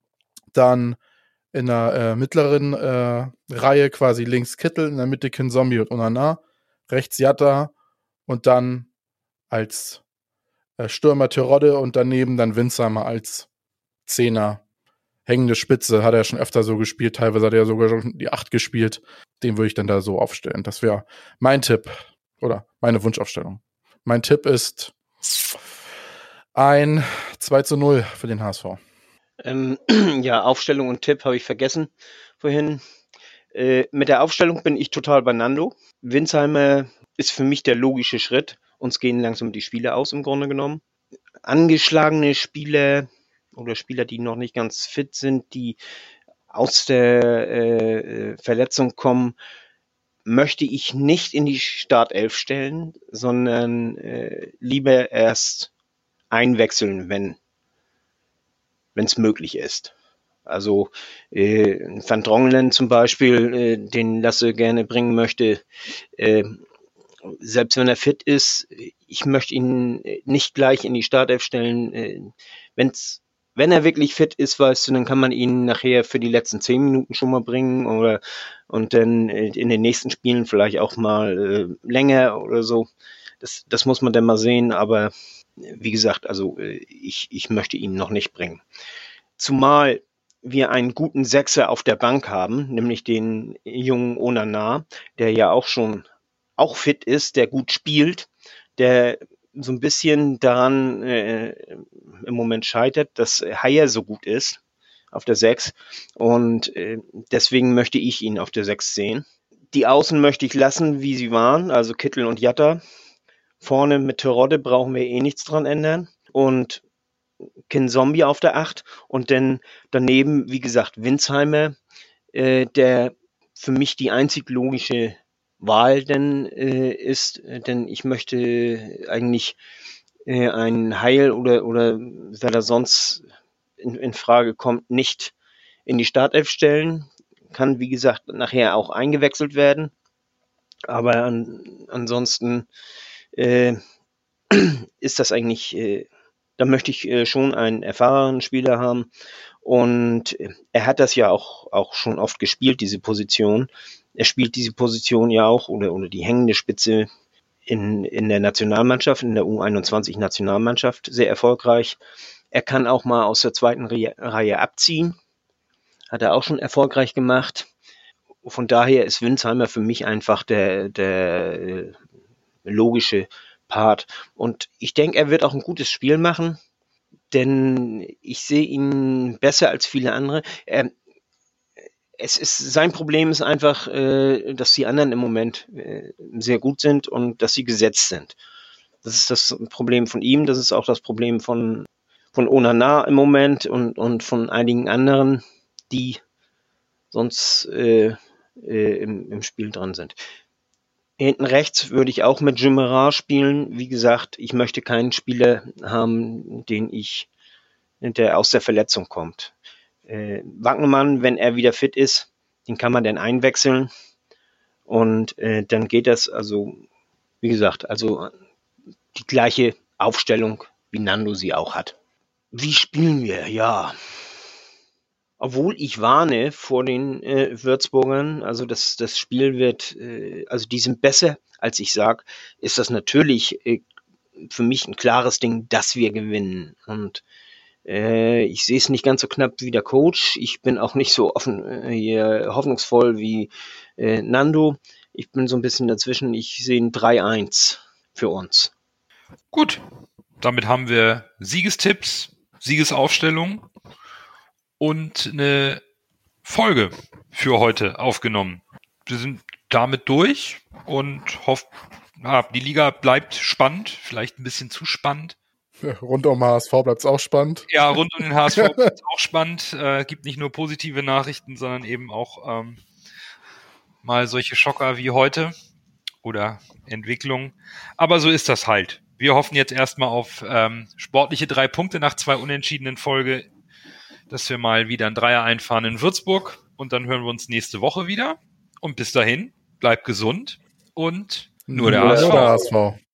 Dann in der äh, mittleren äh, Reihe quasi links Kittel, in der Mitte Kinzombie und Onana, rechts Jatta und dann als äh, Stürmer Terodde und daneben dann Winsheimer als Zehner. Hängende Spitze, hat er schon öfter so gespielt, teilweise hat er sogar schon die acht gespielt. Den würde ich dann da so aufstellen. Das wäre mein Tipp oder meine Wunschaufstellung. Mein Tipp ist Ein zwei zu null für den H S V. Ähm, ja, Aufstellung und Tipp habe ich vergessen vorhin. Äh, mit der Aufstellung bin ich total bei Nando. Winsheimer ist für mich der logische Schritt. Uns gehen langsam die Spiele aus, im Grunde genommen. Angeschlagene Spieler oder Spieler, die noch nicht ganz fit sind, die aus der äh, Verletzung kommen, möchte ich nicht in die Startelf stellen, sondern äh, lieber erst einwechseln, wenn wenn es möglich ist. Also äh, Van Drongelen zum Beispiel, äh, den Lasse gerne bringen möchte, äh, selbst wenn er fit ist, ich möchte ihn nicht gleich in die Startelf stellen. Äh, wenn's, wenn er wirklich fit ist, weißt du, dann kann man ihn nachher für die letzten zehn Minuten schon mal bringen oder und dann in den nächsten Spielen vielleicht auch mal äh, länger oder so. Das, das muss man dann mal sehen, aber wie gesagt, also ich, ich möchte ihn noch nicht bringen. Zumal wir einen guten Sechser auf der Bank haben, nämlich den jungen Onana, der ja auch schon auch fit ist, der gut spielt, der so ein bisschen daran äh, im Moment scheitert, dass Haier so gut ist auf der sechs und äh, deswegen möchte ich ihn auf der sechs sehen. Die Außen möchte ich lassen, wie sie waren, also Kittel und Jatta. Vorne mit Terodde brauchen wir eh nichts dran ändern. Und Ken Zombie auf der acht. Und dann daneben, wie gesagt, Winsheimer, äh, der für mich die einzig logische Wahl denn äh, ist. Denn ich möchte eigentlich äh, einen Heil oder, oder wer da sonst in, in Frage kommt, nicht in die Startelf stellen. Kann, wie gesagt, nachher auch eingewechselt werden. Aber an, ansonsten Äh, ist das eigentlich, äh, da möchte ich äh, schon einen erfahrenen Spieler haben und äh, er hat das ja auch, auch schon oft gespielt, diese Position. Er spielt diese Position ja auch oder, oder die hängende Spitze in, in der Nationalmannschaft, in der U einundzwanzig Nationalmannschaft sehr erfolgreich. Er kann auch mal aus der zweiten Re- Reihe abziehen, hat er auch schon erfolgreich gemacht. Von daher ist Winsheimer für mich einfach der, der äh, logische Part. Und ich denke, er wird auch ein gutes Spiel machen, denn ich sehe ihn besser als viele andere. Er, es ist, sein Problem ist einfach, äh, dass die anderen im Moment äh, sehr gut sind und dass sie gesetzt sind. Das ist das Problem von ihm, das ist auch das Problem von, von Onana im Moment und, und von einigen anderen, die sonst äh, äh, im, im Spiel dran sind. Hinten rechts würde ich auch mit Jumeirah spielen. Wie gesagt, ich möchte keinen Spieler haben, den ich, der aus der Verletzung kommt. Äh, Wagnermann, wenn er wieder fit ist, den kann man dann einwechseln. Und äh, dann geht das, also, wie gesagt, also die gleiche Aufstellung, wie Nando sie auch hat. Wie spielen wir? Ja. Obwohl ich warne vor den äh, Würzburgern, also das, das Spiel wird, äh, also die sind besser, als ich sag, ist das natürlich äh, für mich ein klares Ding, dass wir gewinnen. Und äh, ich sehe es nicht ganz so knapp wie der Coach. Ich bin auch nicht so offen, äh, hier hoffnungsvoll wie äh, Nando. Ich bin so ein bisschen dazwischen. Ich sehe ein drei eins für uns. Gut, damit haben wir Siegestipps, Siegesaufstellung und eine Folge für heute aufgenommen. Wir sind damit durch und hoffen, ja, die Liga bleibt spannend, vielleicht ein bisschen zu spannend. Rund um H S V bleibt es auch spannend. Ja, rund um den H S V bleibt es auch spannend. Äh, gibt nicht nur positive Nachrichten, sondern eben auch ähm, mal solche Schocker wie heute oder Entwicklungen. Aber so ist das halt. Wir hoffen jetzt erstmal auf ähm, sportliche drei Punkte nach zwei unentschiedenen Folge, dass wir mal wieder ein Dreier einfahren in Würzburg und dann hören wir uns nächste Woche wieder. Und bis dahin, bleibt gesund und nur der Nur der H S V. H S V.